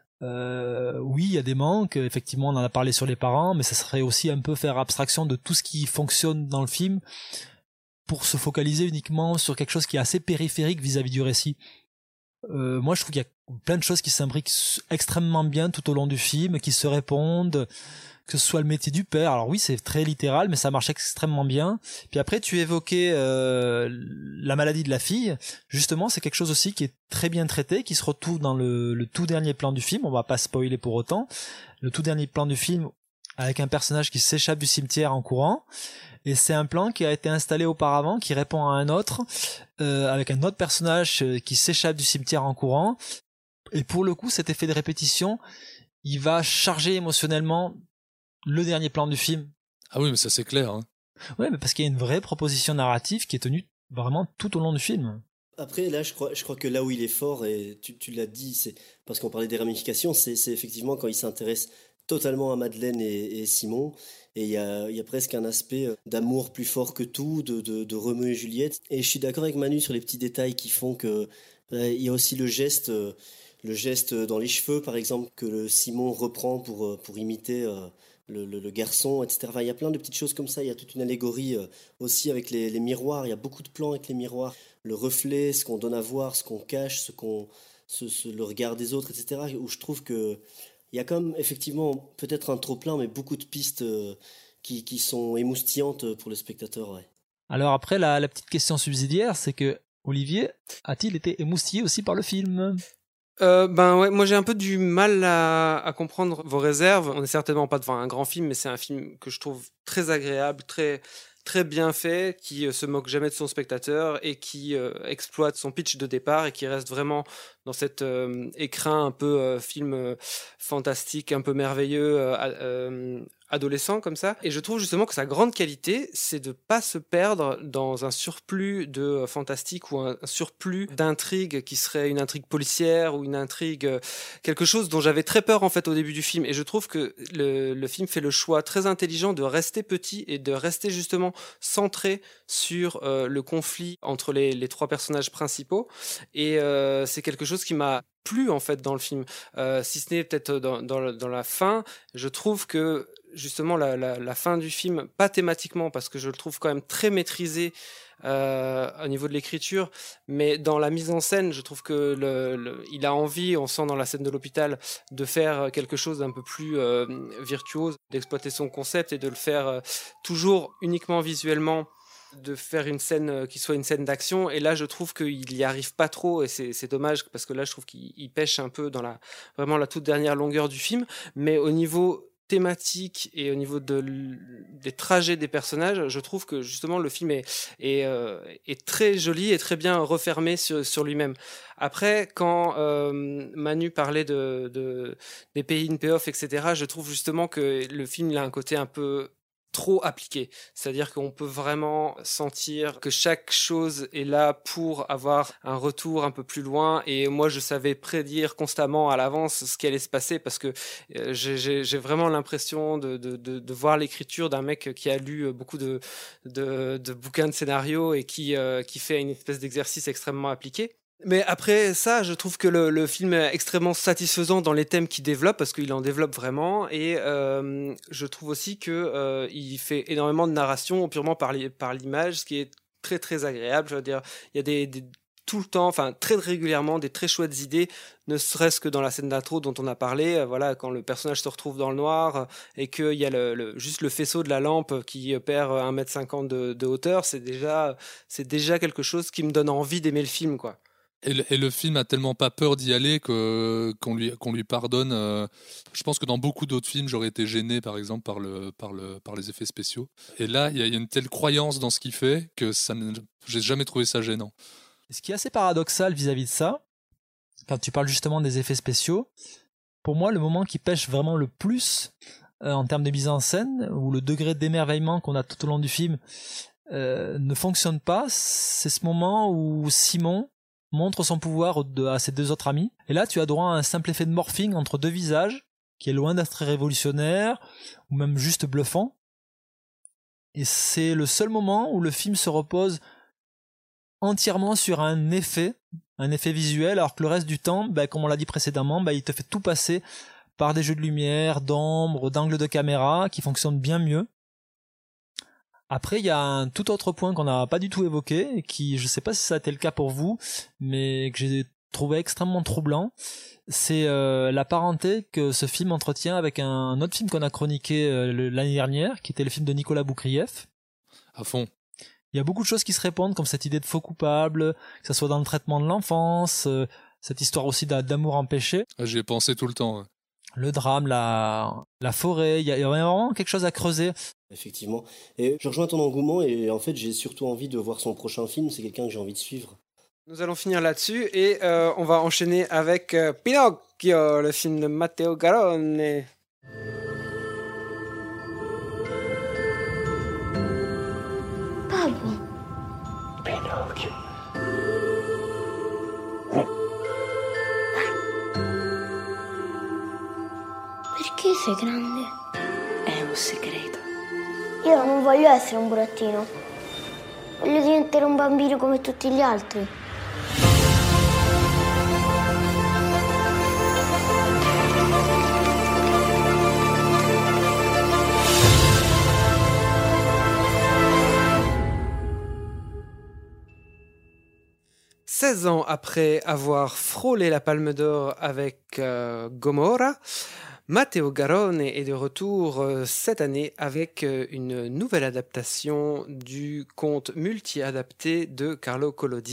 Euh, oui, il y a des manques, effectivement on en a parlé sur les parents, mais ça serait aussi un peu faire abstraction de tout ce qui fonctionne dans le film pour se focaliser uniquement sur quelque chose qui est assez périphérique vis-à-vis du récit. Euh, moi je trouve qu'il y a plein de choses qui s'imbriquent extrêmement bien tout au long du film, qui se répondent, que ce soit le métier du père, alors oui c'est très littéral mais ça marche extrêmement bien. Puis après tu évoquais euh, la maladie de la fille, justement c'est quelque chose aussi qui est très bien traité, qui se retrouve dans le, le tout dernier plan du film, on va pas spoiler pour autant, le tout dernier plan du film avec un personnage qui s'échappe du cimetière en courant, et c'est un plan qui a été installé auparavant, qui répond à un autre, euh, avec un autre personnage qui s'échappe du cimetière en courant, et pour le coup cet effet de répétition, il va charger émotionnellement le dernier plan du film. Ah oui, mais ça c'est clair. Hein. Ouais, mais parce qu'il y a une vraie proposition narrative qui est tenue vraiment tout au long du film. Après, là, je crois, je crois que là où il est fort, et tu, tu l'as dit, c'est parce qu'on parlait des ramifications, c'est, c'est effectivement quand il s'intéresse totalement à Madeleine et, et Simon, et il y a, il y a presque un aspect d'amour plus fort que tout, de, de, de Roméo et Juliette. Et je suis d'accord avec Manu sur les petits détails qui font que euh, il y a aussi le geste, euh, le geste dans les cheveux, par exemple, que le Simon reprend pour, pour imiter euh, Le, le, le garçon, et cetera. Enfin, il y a plein de petites choses comme ça. Il y a toute une allégorie euh, aussi avec les, les miroirs. Il y a beaucoup de plans avec les miroirs. Le reflet, ce qu'on donne à voir, ce qu'on cache, ce qu'on, ce, ce, le regard des autres, et cetera. Où je trouve que il y a quand même effectivement peut-être un trop-plein, mais beaucoup de pistes euh, qui, qui sont émoustillantes pour le spectateur. Ouais. Alors après, la, la petite question subsidiaire, c'est que Olivier a-t-il été émoustillé aussi par le film ? Euh, ben ouais, moi j'ai un peu du mal à, à comprendre vos réserves. On n'est certainement pas devant un grand film, mais c'est un film que je trouve très agréable, très très bien fait, qui euh, se moque jamais de son spectateur et qui euh, exploite son pitch de départ et qui reste vraiment dans cet euh, écrin un peu euh, film euh, fantastique, un peu merveilleux, euh, euh, adolescent comme ça. Et je trouve justement que sa grande qualité, c'est de pas se perdre dans un surplus de euh, fantastique ou un, un surplus d'intrigue qui serait une intrigue policière ou une intrigue, euh, quelque chose dont j'avais très peur en fait au début du film. Et je trouve que le, le film fait le choix très intelligent de rester petit et de rester justement centré sur euh, le conflit entre les, les trois personnages principaux. Et euh, c'est quelque chose qui m'a plu en fait dans le film, euh, si ce n'est peut-être dans, dans, dans la fin. Je trouve que justement la, la, la fin du film, pas thématiquement parce que je le trouve quand même très maîtrisé euh, au niveau de l'écriture, mais dans la mise en scène, je trouve que le, le, il a envie, on sent dans la scène de l'hôpital, de faire quelque chose d'un peu plus euh, virtuose, d'exploiter son concept et de le faire euh, toujours uniquement visuellement, de faire une scène qui soit une scène d'action. Et là je trouve qu'il y arrive pas trop et c'est, c'est dommage parce que là je trouve qu'il pêche un peu dans la, vraiment la toute dernière longueur du film. Mais au niveau thématique et au niveau de, des trajets des personnages, je trouve que justement le film est, est, euh, est très joli et très bien refermé sur, sur lui-même. Après, quand euh, Manu parlait de, de, des pay-in, pay-off, et cetera, je trouve justement que le film il a un côté un peu trop appliqué, c'est-à-dire qu'on peut vraiment sentir que chaque chose est là pour avoir un retour un peu plus loin, et moi je savais prédire constamment à l'avance ce qui allait se passer parce que euh, j'ai, j'ai vraiment l'impression de, de, de, de voir l'écriture d'un mec qui a lu beaucoup de, de, de bouquins de scénario et qui, euh, qui fait une espèce d'exercice extrêmement appliqué. Mais après ça, je trouve que le, le film est extrêmement satisfaisant dans les thèmes qu'il développe, parce qu'il en développe vraiment, et euh, je trouve aussi que euh, il fait énormément de narration purement par, li- par l'image, ce qui est très très agréable. Je veux dire, il y a des, des tout le temps, enfin très régulièrement, des très chouettes idées, ne serait-ce que dans la scène d'intro dont on a parlé, euh, voilà, quand le personnage se retrouve dans le noir euh, et qu'il y a le, le, juste le faisceau de la lampe qui perd un mètre cinquante de, de hauteur, c'est déjà, c'est déjà quelque chose qui me donne envie d'aimer le film, quoi. Et le, et le film a tellement pas peur d'y aller que, qu'on, lui, qu'on lui pardonne. Euh, je pense que dans beaucoup d'autres films, j'aurais été gêné, par exemple, par, le, par, le, par les effets spéciaux. Et là, il y, y a une telle croyance dans ce qu'il fait que ça ne, j'ai jamais trouvé ça gênant. Ce qui est assez paradoxal vis-à-vis de ça, quand tu parles justement des effets spéciaux, pour moi, le moment qui pêche vraiment le plus euh, en termes de mise en scène, où le degré d'émerveillement qu'on a tout au long du film euh, ne fonctionne pas, c'est ce moment où Simon montre son pouvoir à ses deux autres amis. Et là, tu as droit à un simple effet de morphing entre deux visages, qui est loin d'être très révolutionnaire, ou même juste bluffant. Et c'est le seul moment où le film se repose entièrement sur un effet, un effet visuel, alors que le reste du temps, ben, comme on l'a dit précédemment, ben, il te fait tout passer par des jeux de lumière, d'ombre, d'angle de caméra, qui fonctionnent bien mieux. Après, il y a un tout autre point qu'on n'a pas du tout évoqué, et qui, je sais pas si ça a été le cas pour vous, mais que j'ai trouvé extrêmement troublant. C'est euh, la parenté que ce film entretient avec un autre film qu'on a chroniqué euh, l'année dernière, qui était le film de Nicolas Boukrieff. À fond. Il y a beaucoup de choses qui se répondent, comme cette idée de faux coupable, que ce soit dans le traitement de l'enfance, euh, cette histoire aussi d'amour empêché. Ah, j'y ai pensé tout le temps. Ouais. Le drame, la, la forêt, il y, y a vraiment quelque chose à creuser. Effectivement. Et je rejoins ton engouement et en fait j'ai surtout envie de voir son prochain film, c'est quelqu'un que j'ai envie de suivre. Nous allons finir là-dessus et euh, on va enchaîner avec euh, Pinocchio, le film de Matteo Garrone. Babbo. Pinocchio. Perché sei grande? È un segreto. Io non voglio essere un burattino. Voglio diventare un bambino come tutti gli altri. seize ans après avoir frôlé la Palme d'Or avec euh, Gomorra, Matteo Garrone est de retour euh, cette année avec euh, une nouvelle adaptation du conte multi-adapté de Carlo Collodi,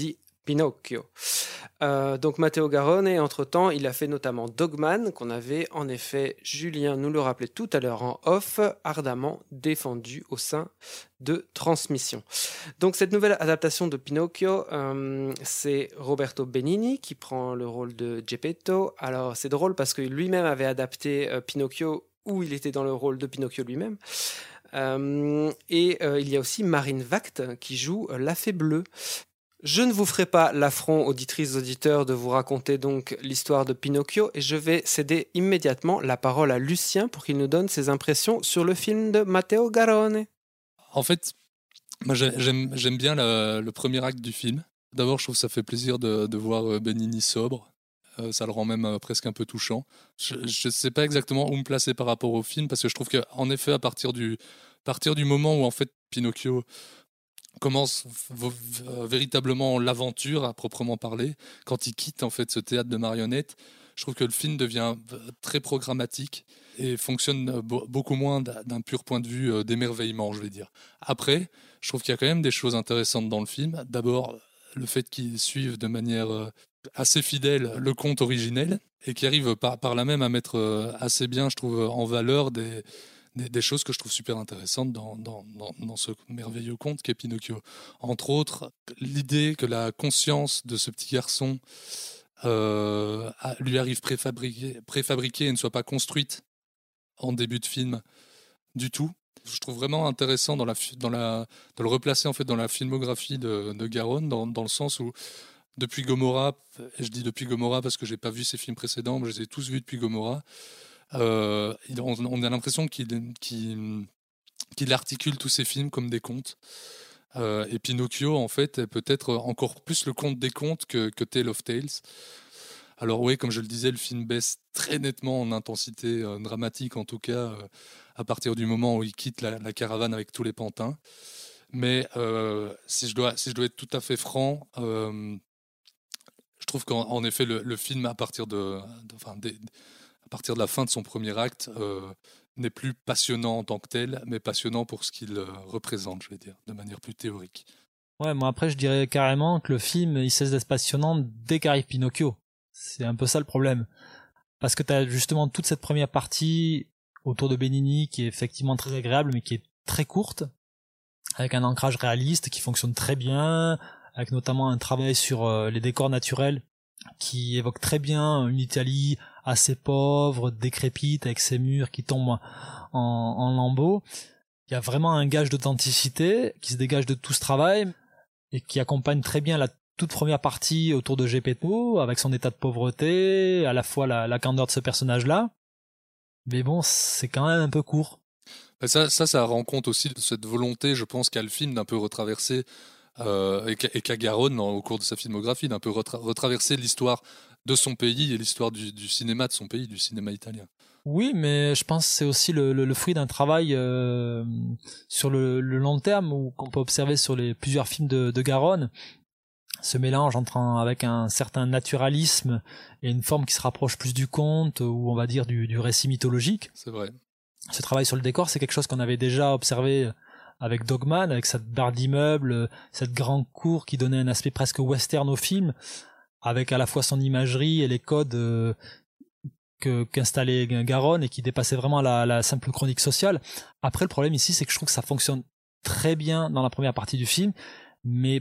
Pinocchio. Euh, donc Matteo Garrone, entre-temps, il a fait notamment Dogman, qu'on avait en effet, Julien nous le rappelait tout à l'heure en off, ardemment défendu au sein de Transmission. Donc cette nouvelle adaptation de Pinocchio, euh, c'est Roberto Benigni qui prend le rôle de Geppetto. Alors c'est drôle parce que lui-même avait adapté euh, Pinocchio, où il était dans le rôle de Pinocchio lui-même. Euh, et euh, il y a aussi Marine Vact qui joue euh, la Fée Bleue. Je ne vous ferai pas l'affront, auditrices, auditeurs, de vous raconter donc l'histoire de Pinocchio et je vais céder immédiatement la parole à Lucien pour qu'il nous donne ses impressions sur le film de Matteo Garrone. En fait, moi j'aime, j'aime bien la, le premier acte du film. D'abord, je trouve que ça fait plaisir de, de voir Benigni sobre. Euh, ça le rend même euh, presque un peu touchant. Je ne sais pas exactement où me placer par rapport au film parce que je trouve qu'en effet, à partir du, à partir du moment où en fait Pinocchio commence v- v- véritablement l'aventure à proprement parler, quand il quitte en fait ce théâtre de marionnettes, je trouve que le film devient très programmatique et fonctionne beaucoup moins d'un pur point de vue d'émerveillement, je vais dire. Après, je trouve qu'il y a quand même des choses intéressantes dans le film. D'abord, le fait qu'ils suivent de manière assez fidèle le conte originel et qui arrive par, par là même à mettre assez bien, je trouve, en valeur des Des, des choses que je trouve super intéressantes dans, dans, dans, dans ce merveilleux conte qu'est Pinocchio. Entre autres, l'idée que la conscience de ce petit garçon euh, lui arrive préfabriquée, préfabriquée et ne soit pas construite en début de film du tout. Je trouve vraiment intéressant dans la, dans la, de le replacer en fait dans la filmographie de, de Garrone, dans, dans le sens où depuis Gomorrah, et je dis depuis Gomorrah parce que je n'ai pas vu ses films précédents, mais je les ai tous vus depuis Gomorrah, Euh, on a l'impression qu'il, qu'il, qu'il articule tous ses films comme des contes. Euh, et Pinocchio, en fait, est peut-être encore plus le conte des contes que, que Tale of Tales. Alors oui, comme je le disais, le film baisse très nettement en intensité euh, dramatique, en tout cas, euh, à partir du moment où il quitte la, la caravane avec tous les pantins. Mais euh, si, je dois, si je dois être tout à fait franc, euh, je trouve qu'en en effet, le, le film, à partir de... de enfin, des, à partir de la fin de son premier acte, euh, n'est plus passionnant en tant que tel, mais passionnant pour ce qu'il euh, représente, je vais dire, de manière plus théorique. Ouais, moi après je dirais carrément que le film, il cesse d'être passionnant dès qu'arrive Pinocchio. C'est un peu ça le problème. Parce que t'as justement toute cette première partie autour de Benigni qui est effectivement très agréable, mais qui est très courte, avec un ancrage réaliste qui fonctionne très bien, avec notamment un travail sur euh, les décors naturels qui évoque très bien une Italie assez pauvre, décrépite, avec ses murs qui tombent en, en lambeaux. Il y a vraiment un gage d'authenticité qui se dégage de tout ce travail et qui accompagne très bien la toute première partie autour de Geppetto, avec son état de pauvreté, à la fois la, la candeur de ce personnage-là. Mais bon, c'est quand même un peu court. Ça, ça, ça rend compte aussi de cette volonté, je pense, qu'a le film d'un peu retraverser Euh, et, qu'a, et qu'a Garrone, au cours de sa filmographie, d'un peu retra- retraverser l'histoire de son pays et l'histoire du, du cinéma de son pays, du cinéma italien. Oui, mais je pense que c'est aussi le, le, le fruit d'un travail euh, sur le, le long terme, où qu'on peut observer sur les plusieurs films de, de Garrone, ce mélange entre un, avec un certain naturalisme et une forme qui se rapproche plus du conte, ou on va dire du, du récit mythologique. C'est vrai. Ce travail sur le décor, c'est quelque chose qu'on avait déjà observé avec Dogman, avec cette barre d'immeubles, cette grande cour qui donnait un aspect presque western au film, avec à la fois son imagerie et les codes euh, que, qu'installait Garrone et qui dépassaient vraiment la, la simple chronique sociale. Après, le problème ici, c'est que je trouve que ça fonctionne très bien dans la première partie du film, mais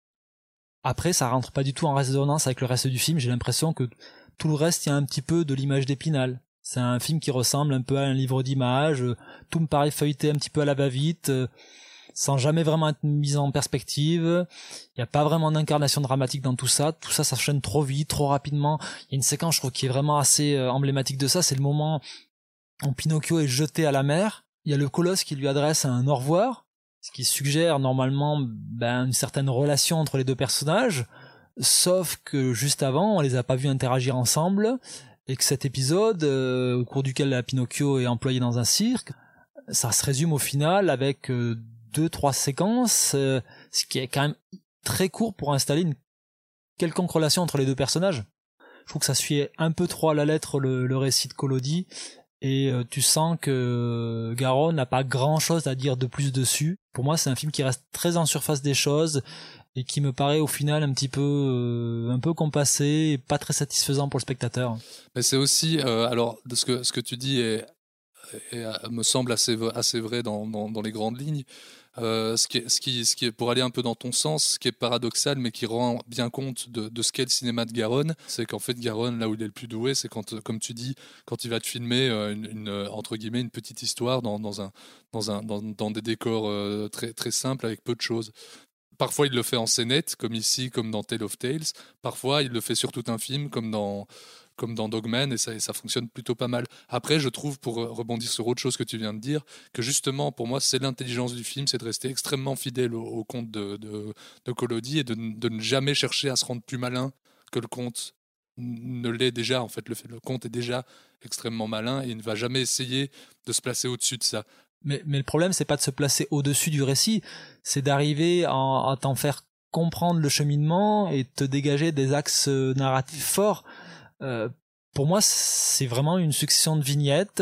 après, ça rentre pas du tout en résonance avec le reste du film. J'ai l'impression que tout le reste, il y a un petit peu de l'image d'Épinal. C'est un film qui ressemble un peu à un livre d'images, tout me paraît feuilleté un petit peu à la va-vite, sans jamais vraiment être mis en perspective. Il n'y a pas vraiment d'incarnation dramatique dans tout ça, tout ça s'enchaîne trop vite, trop rapidement. Il y a une séquence, je trouve, qui est vraiment assez emblématique de ça, c'est le moment où Pinocchio est jeté à la mer, il y a le colosse qui lui adresse un au revoir, ce qui suggère normalement ben, une certaine relation entre les deux personnages, sauf que juste avant, on les a pas vus interagir ensemble, et que cet épisode, euh, au cours duquel la Pinocchio est employé dans un cirque, ça se résume au final avec euh, deux, trois séquences, euh, ce qui est quand même très court pour installer une quelconque relation entre les deux personnages. Je trouve que ça suit un peu trop à la lettre le, le récit de Collodi, et euh, tu sens que Garrone n'a pas grand chose à dire de plus dessus. Pour moi, c'est un film qui reste très en surface des choses, et qui me paraît au final un petit peu euh, un peu compassé et pas très satisfaisant pour le spectateur. Mais c'est aussi euh, alors de ce que ce que tu dis est, est, me semble assez assez vrai dans dans, dans les grandes lignes. Euh, ce qui est, ce qui ce qui est pour aller un peu dans ton sens, ce qui est paradoxal mais qui rend bien compte de de ce qu'est le cinéma de Garonne, c'est qu'en fait Garonne, là où il est le plus doué, c'est quand, comme tu dis, quand il va te filmer une, une entre guillemets une petite histoire dans dans un dans un dans, dans des décors euh, très très simples avec peu de choses. Parfois, il le fait en scénette, comme ici, comme dans Tale of Tales. Parfois, il le fait sur tout un film, comme dans, comme dans Dogman, et ça, et ça fonctionne plutôt pas mal. Après, je trouve, pour rebondir sur autre chose que tu viens de dire, que justement, pour moi, c'est l'intelligence du film, c'est de rester extrêmement fidèle au, au conte de, de, de Collodi et de, de ne jamais chercher à se rendre plus malin que le conte ne l'est déjà. En fait, le, le conte est déjà extrêmement malin et il ne va jamais essayer de se placer au-dessus de ça. Mais, mais le problème, c'est pas de se placer au-dessus du récit, c'est d'arriver à, à t'en faire comprendre le cheminement et te dégager des axes narratifs forts. Euh, pour moi, c'est vraiment une succession de vignettes.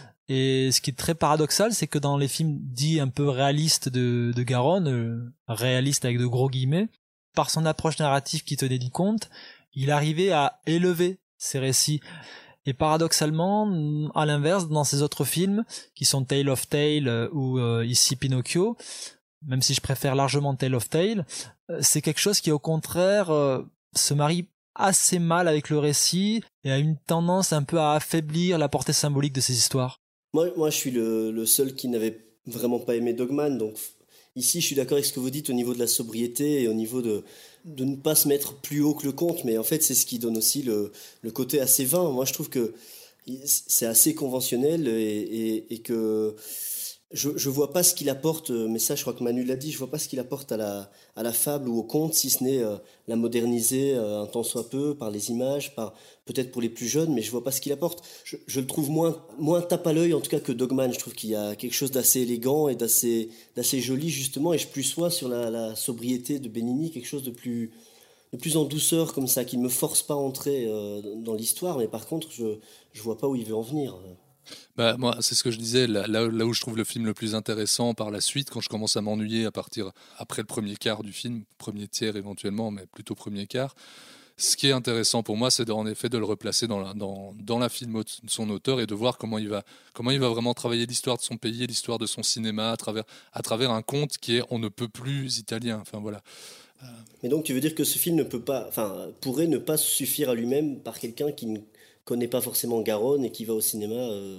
Et ce qui est très paradoxal, c'est que dans les films dits un peu réalistes de, de Garonne, euh, réalistes avec de gros guillemets, par son approche narrative qui tenait du compte, il arrivait à élever ces récits. Et paradoxalement, à l'inverse, dans ces autres films, qui sont Tale of Tale euh, ou euh, ici Pinocchio, même si je préfère largement Tale of Tale, euh, c'est quelque chose qui au contraire euh, se marie assez mal avec le récit et a une tendance un peu à affaiblir la portée symbolique de ces histoires. Moi, moi je suis le, le seul qui n'avait vraiment pas aimé Dogman, donc ici je suis d'accord avec ce que vous dites au niveau de la sobriété et au niveau de, de ne pas se mettre plus haut que le conte, mais en fait c'est ce qui donne aussi le, le côté assez vain. Moi je trouve que c'est assez conventionnel et, et, et que je, je vois pas ce qu'il apporte, mais ça je crois que Manu l'a dit, je vois pas ce qu'il apporte à la, à la fable ou au conte, si ce n'est euh, la moderniser euh, un tant soit peu par les images, par peut-être pour les plus jeunes, mais je vois pas ce qu'il apporte. Je, je le trouve moins, moins tape à l'œil en tout cas que Dogman. Je trouve qu'il y a quelque chose d'assez élégant et d'assez, d'assez joli justement, et je plus sois sur la, la sobriété de Benigni, quelque chose de plus, de plus en douceur comme ça, qui ne me force pas à entrer euh, dans l'histoire, mais par contre je, je vois pas où il veut en venir. Bah, moi, c'est ce que je disais, là, là, là où je trouve le film le plus intéressant par la suite, quand je commence à m'ennuyer à partir après le premier quart du film, premier tiers éventuellement, mais plutôt premier quart, ce qui est intéressant pour moi, c'est de, en effet de le replacer dans la, dans, dans la film de son auteur et de voir comment il va, comment il va vraiment travailler l'histoire de son pays et l'histoire de son cinéma à travers, à travers un conte qui est On ne peut plus italien. Enfin, voilà. Euh... Mais donc tu veux dire que ce film ne peut pas, enfin, pourrait ne pas suffire à lui-même par quelqu'un qui ne connaît pas forcément Garonne et qui va au cinéma euh...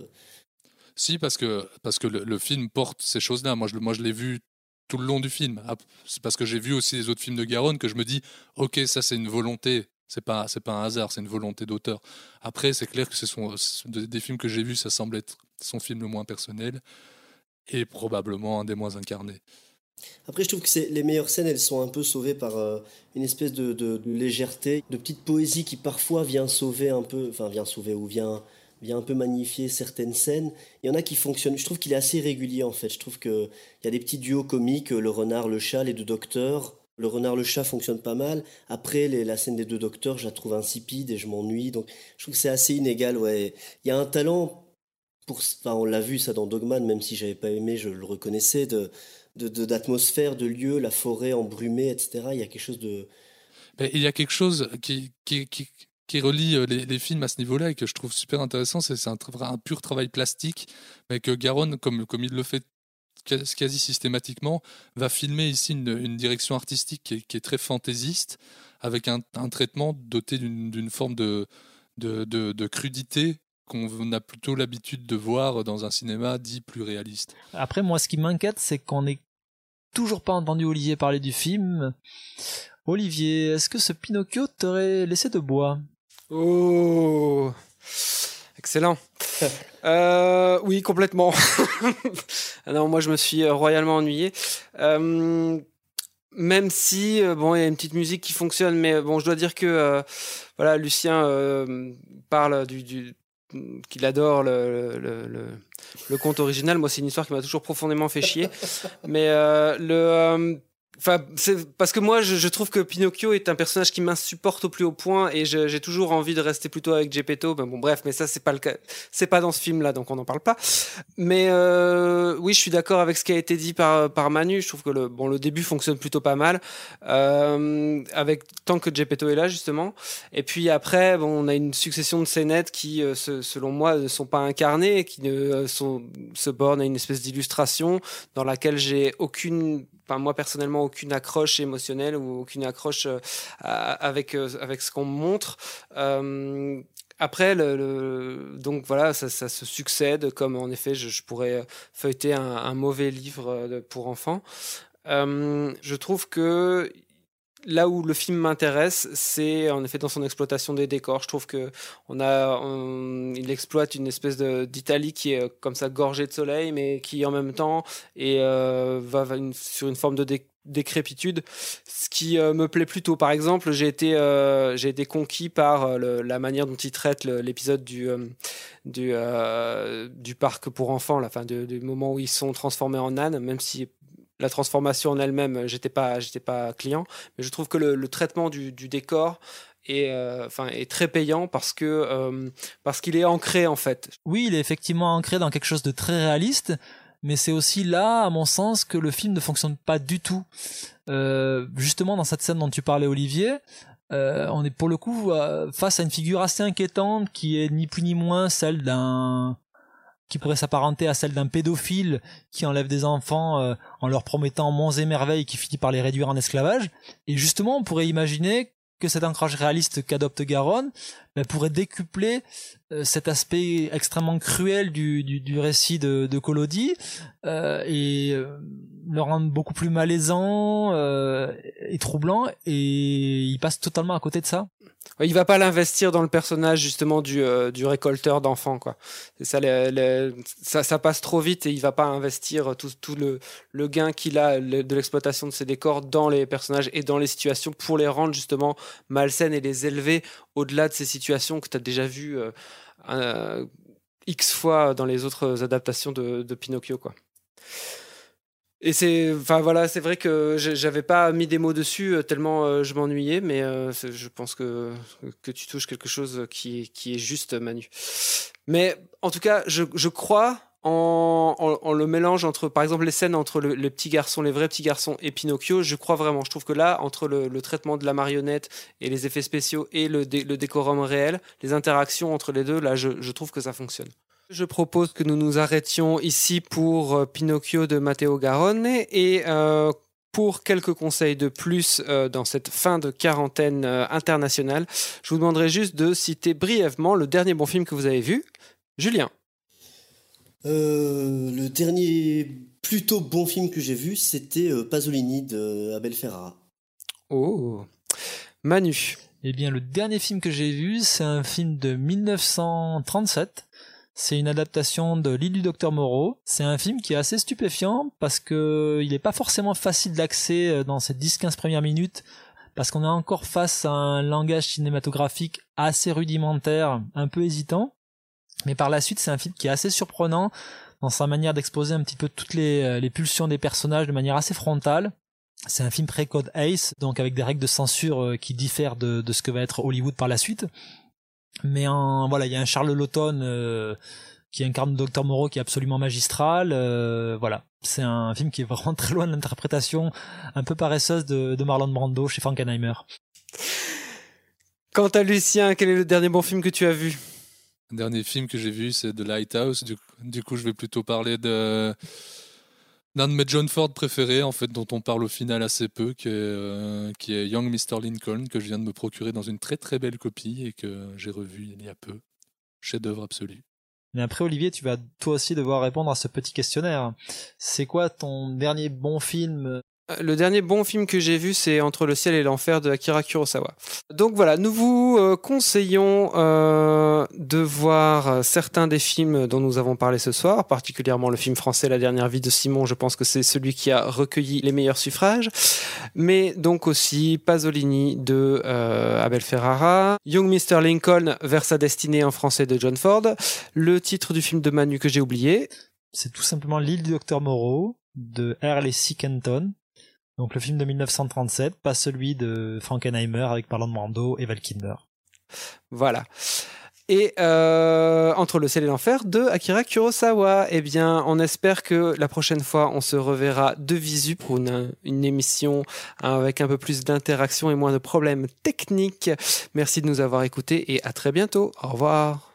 Si, parce que, parce que le, le film porte ces choses-là. Moi, je, moi, je l'ai vu tout le long du film. C'est parce que j'ai vu aussi les autres films de Garonne que je me dis, ok, ça c'est une volonté. C'est pas, c'est pas un hasard, c'est une volonté d'auteur. Après, c'est clair que ce sont des films que j'ai vus, ça semble être son film le moins personnel et probablement un des moins incarnés. Après, je trouve que c'est, les meilleures scènes, elles sont un peu sauvées par euh, une espèce de, de, de légèreté, de petite poésie qui parfois vient sauver un peu, enfin vient sauver ou vient, vient un peu magnifier certaines scènes. Il y en a qui fonctionnent. Je trouve qu'il est assez régulier en fait. Je trouve qu'il y a des petits duos comiques, le renard, le chat, les deux docteurs. Le renard, le chat fonctionne pas mal. Après, les, la scène des deux docteurs, je la trouve insipide et je m'ennuie. Donc, je trouve que c'est assez inégal. Ouais. Il y a un talent, pour, enfin, on l'a vu ça dans Dogman, même si j'avais pas aimé, je le reconnaissais, de, de, de, d'atmosphère, de lieu, la forêt embrumée, et cetera. Il y a quelque chose de... Ben, il y a quelque chose qui, qui, qui, qui relie les, les films à ce niveau-là et que je trouve super intéressant. C'est, c'est un, un pur travail plastique, mais que Garonne, comme, comme il le fait quasi systématiquement, va filmer ici une, une direction artistique qui est, qui est très fantaisiste, avec un, un traitement doté d'une, d'une forme de, de, de, de crudité qu'on a plutôt l'habitude de voir dans un cinéma dit plus réaliste. Après, moi, ce qui m'inquiète, c'est qu'on n'ait toujours pas entendu Olivier parler du film. Olivier, est-ce que ce Pinocchio t'aurait laissé de bois ? Oh, excellent. Euh, oui, complètement. Non, moi je me suis royalement ennuyé. Euh, même si euh, bon, il y a une petite musique qui fonctionne, mais bon, je dois dire que euh, voilà, Lucien euh, parle du, du qu'il adore le, le, le, le conte original. Moi, c'est une histoire qui m'a toujours profondément fait chier. Mais euh, le euh, Enfin, c'est parce que moi, je, je trouve que Pinocchio est un personnage qui m'insupporte au plus haut point et je, j'ai toujours envie de rester plutôt avec Geppetto. Ben bon, bref, mais ça, c'est pas le cas. C'est pas dans ce film-là, donc on n'en parle pas. Mais euh, oui, je suis d'accord avec ce qui a été dit par par Manu. Je trouve que le bon, le début fonctionne plutôt pas mal, euh, avec tant que Geppetto est là justement. Et puis après, bon, on a une succession de scénettes qui, euh, se, selon moi, ne sont pas incarnées, qui ne euh, sont se bornent à une espèce d'illustration dans laquelle j'ai aucune Enfin, moi personnellement, aucune accroche émotionnelle ou aucune accroche euh, avec euh, avec ce qu'on me montre. Euh, après, le, le, donc voilà, ça, ça se succède, comme en effet, je, je pourrais feuilleter un, un mauvais livre pour enfants. Euh, je trouve que là où le film m'intéresse, c'est en effet dans son exploitation des décors. Je trouve que on a, on, il exploite une espèce de, d'Italie qui est comme ça gorgée de soleil, mais qui en même temps est, euh, va, va une, sur une forme de dé, décrépitude, ce qui euh, me plaît plutôt. Par exemple, j'ai été, euh, j'ai été conquis par le, la manière dont il traite le, l'épisode du, euh, du, euh, du parc pour enfants, la fin de, du moment où ils sont transformés en ânes, même si la transformation en elle-même, j'étais pas, j'étais pas client, mais je trouve que le, le traitement du, du décor est, euh, enfin, est très payant parce que euh, parce qu'il est ancré en fait. Oui, il est effectivement ancré dans quelque chose de très réaliste, mais c'est aussi là, à mon sens, que le film ne fonctionne pas du tout. Euh, justement, dans cette scène dont tu parlais, Olivier, euh, on est pour le coup euh, face à une figure assez inquiétante qui est ni plus ni moins celle d'un qui pourrait s'apparenter à celle d'un pédophile qui enlève des enfants euh, en leur promettant monts et merveilles qui finit par les réduire en esclavage. Et justement, on pourrait imaginer que cet ancrage réaliste qu'adopte Garonne bah, pourrait décupler euh, cet aspect extrêmement cruel du, du, du récit de, de Collodi euh, et euh, le rendre beaucoup plus malaisant euh, et troublant, et il passe totalement à côté de ça. Il va pas l'investir dans le personnage justement du, euh, du récolteur d'enfants, quoi. C'est ça, les, les, ça, ça passe trop vite et il va pas investir tout, tout le, le gain qu'il a le, de l'exploitation de ses décors dans les personnages et dans les situations pour les rendre justement malsaines et les élever au-delà de ces situations que tu as déjà vues euh, euh, X fois dans les autres adaptations de, de Pinocchio, quoi. Et c'est, enfin voilà, c'est vrai que j'avais pas mis des mots dessus tellement euh, je m'ennuyais, mais euh, je pense que que tu touches quelque chose qui qui est juste, Manu. Mais en tout cas, je je crois en en, en le mélange entre, par exemple, les scènes entre le, les petits garçons, les vrais petits garçons et Pinocchio. Je crois vraiment. Je trouve que là, entre le, le traitement de la marionnette et les effets spéciaux et le dé, le décorum réel, les interactions entre les deux, là, je je trouve que ça fonctionne. Je propose que nous nous arrêtions ici pour Pinocchio de Matteo Garrone et euh, pour quelques conseils de plus euh, dans cette fin de quarantaine euh, internationale, je vous demanderai juste de citer brièvement le dernier bon film que vous avez vu. Julien. Euh, le dernier plutôt bon film que j'ai vu, c'était euh, Pasolini de Abel Ferrara. Oh, Manu. Eh bien, le dernier film que j'ai vu, c'est un film de dix-neuf cent trente-sept. C'est une adaptation de L'île du docteur Moreau. C'est un film qui est assez stupéfiant parce que il est pas forcément facile d'accès dans ces dix quinze premières minutes, parce qu'on est encore face à un langage cinématographique assez rudimentaire, un peu hésitant. Mais par la suite, c'est un film qui est assez surprenant dans sa manière d'exposer un petit peu toutes les, les pulsions des personnages de manière assez frontale. C'est un film pré-code Ace, donc avec des règles de censure qui diffèrent de, de ce que va être Hollywood par la suite. Mais en, voilà, il y a un Charles Laughton euh, qui incarne docteur Moreau qui est absolument magistral. Euh, voilà, c'est un film qui est vraiment très loin de l'interprétation un peu paresseuse de, de Marlon Brando chez Frankenheimer. Quant à Lucien, quel est le dernier bon film que tu as vu ? Le dernier film que j'ai vu, c'est The Lighthouse. Du, du coup, je vais plutôt parler de d'un de mes John Ford préférés, en fait, dont on parle au final assez peu, qui est, euh, qui est Young mister Lincoln, que je viens de me procurer dans une très très belle copie et que j'ai revu il y a peu. Chef-d'œuvre absolu. Mais après, Olivier, tu vas toi aussi devoir répondre à ce petit questionnaire. C'est quoi ton dernier bon film ? Le dernier bon film que j'ai vu, c'est Entre le ciel et l'enfer de Akira Kurosawa. Donc voilà, nous vous euh, conseillons euh, de voir certains des films dont nous avons parlé ce soir, particulièrement le film français La dernière vie de Simon. Je pense que c'est celui qui a recueilli les meilleurs suffrages. Mais donc aussi Pasolini de euh, Abel Ferrara, Young mister Lincoln vers sa destinée en français de John Ford, le titre du film de Manu que j'ai oublié. C'est tout simplement L'île du docteur Moreau de Earl C. Kenton. Donc le film de mille neuf cent trente-sept, pas celui de Frankenheimer avec Marlon Brando et Val Kilmer. Voilà. Et euh, Entre le ciel et l'enfer de Akira Kurosawa. Eh bien, on espère que la prochaine fois, on se reverra de visu pour une, une émission avec un peu plus d'interaction et moins de problèmes techniques. Merci de nous avoir écoutés et à très bientôt. Au revoir.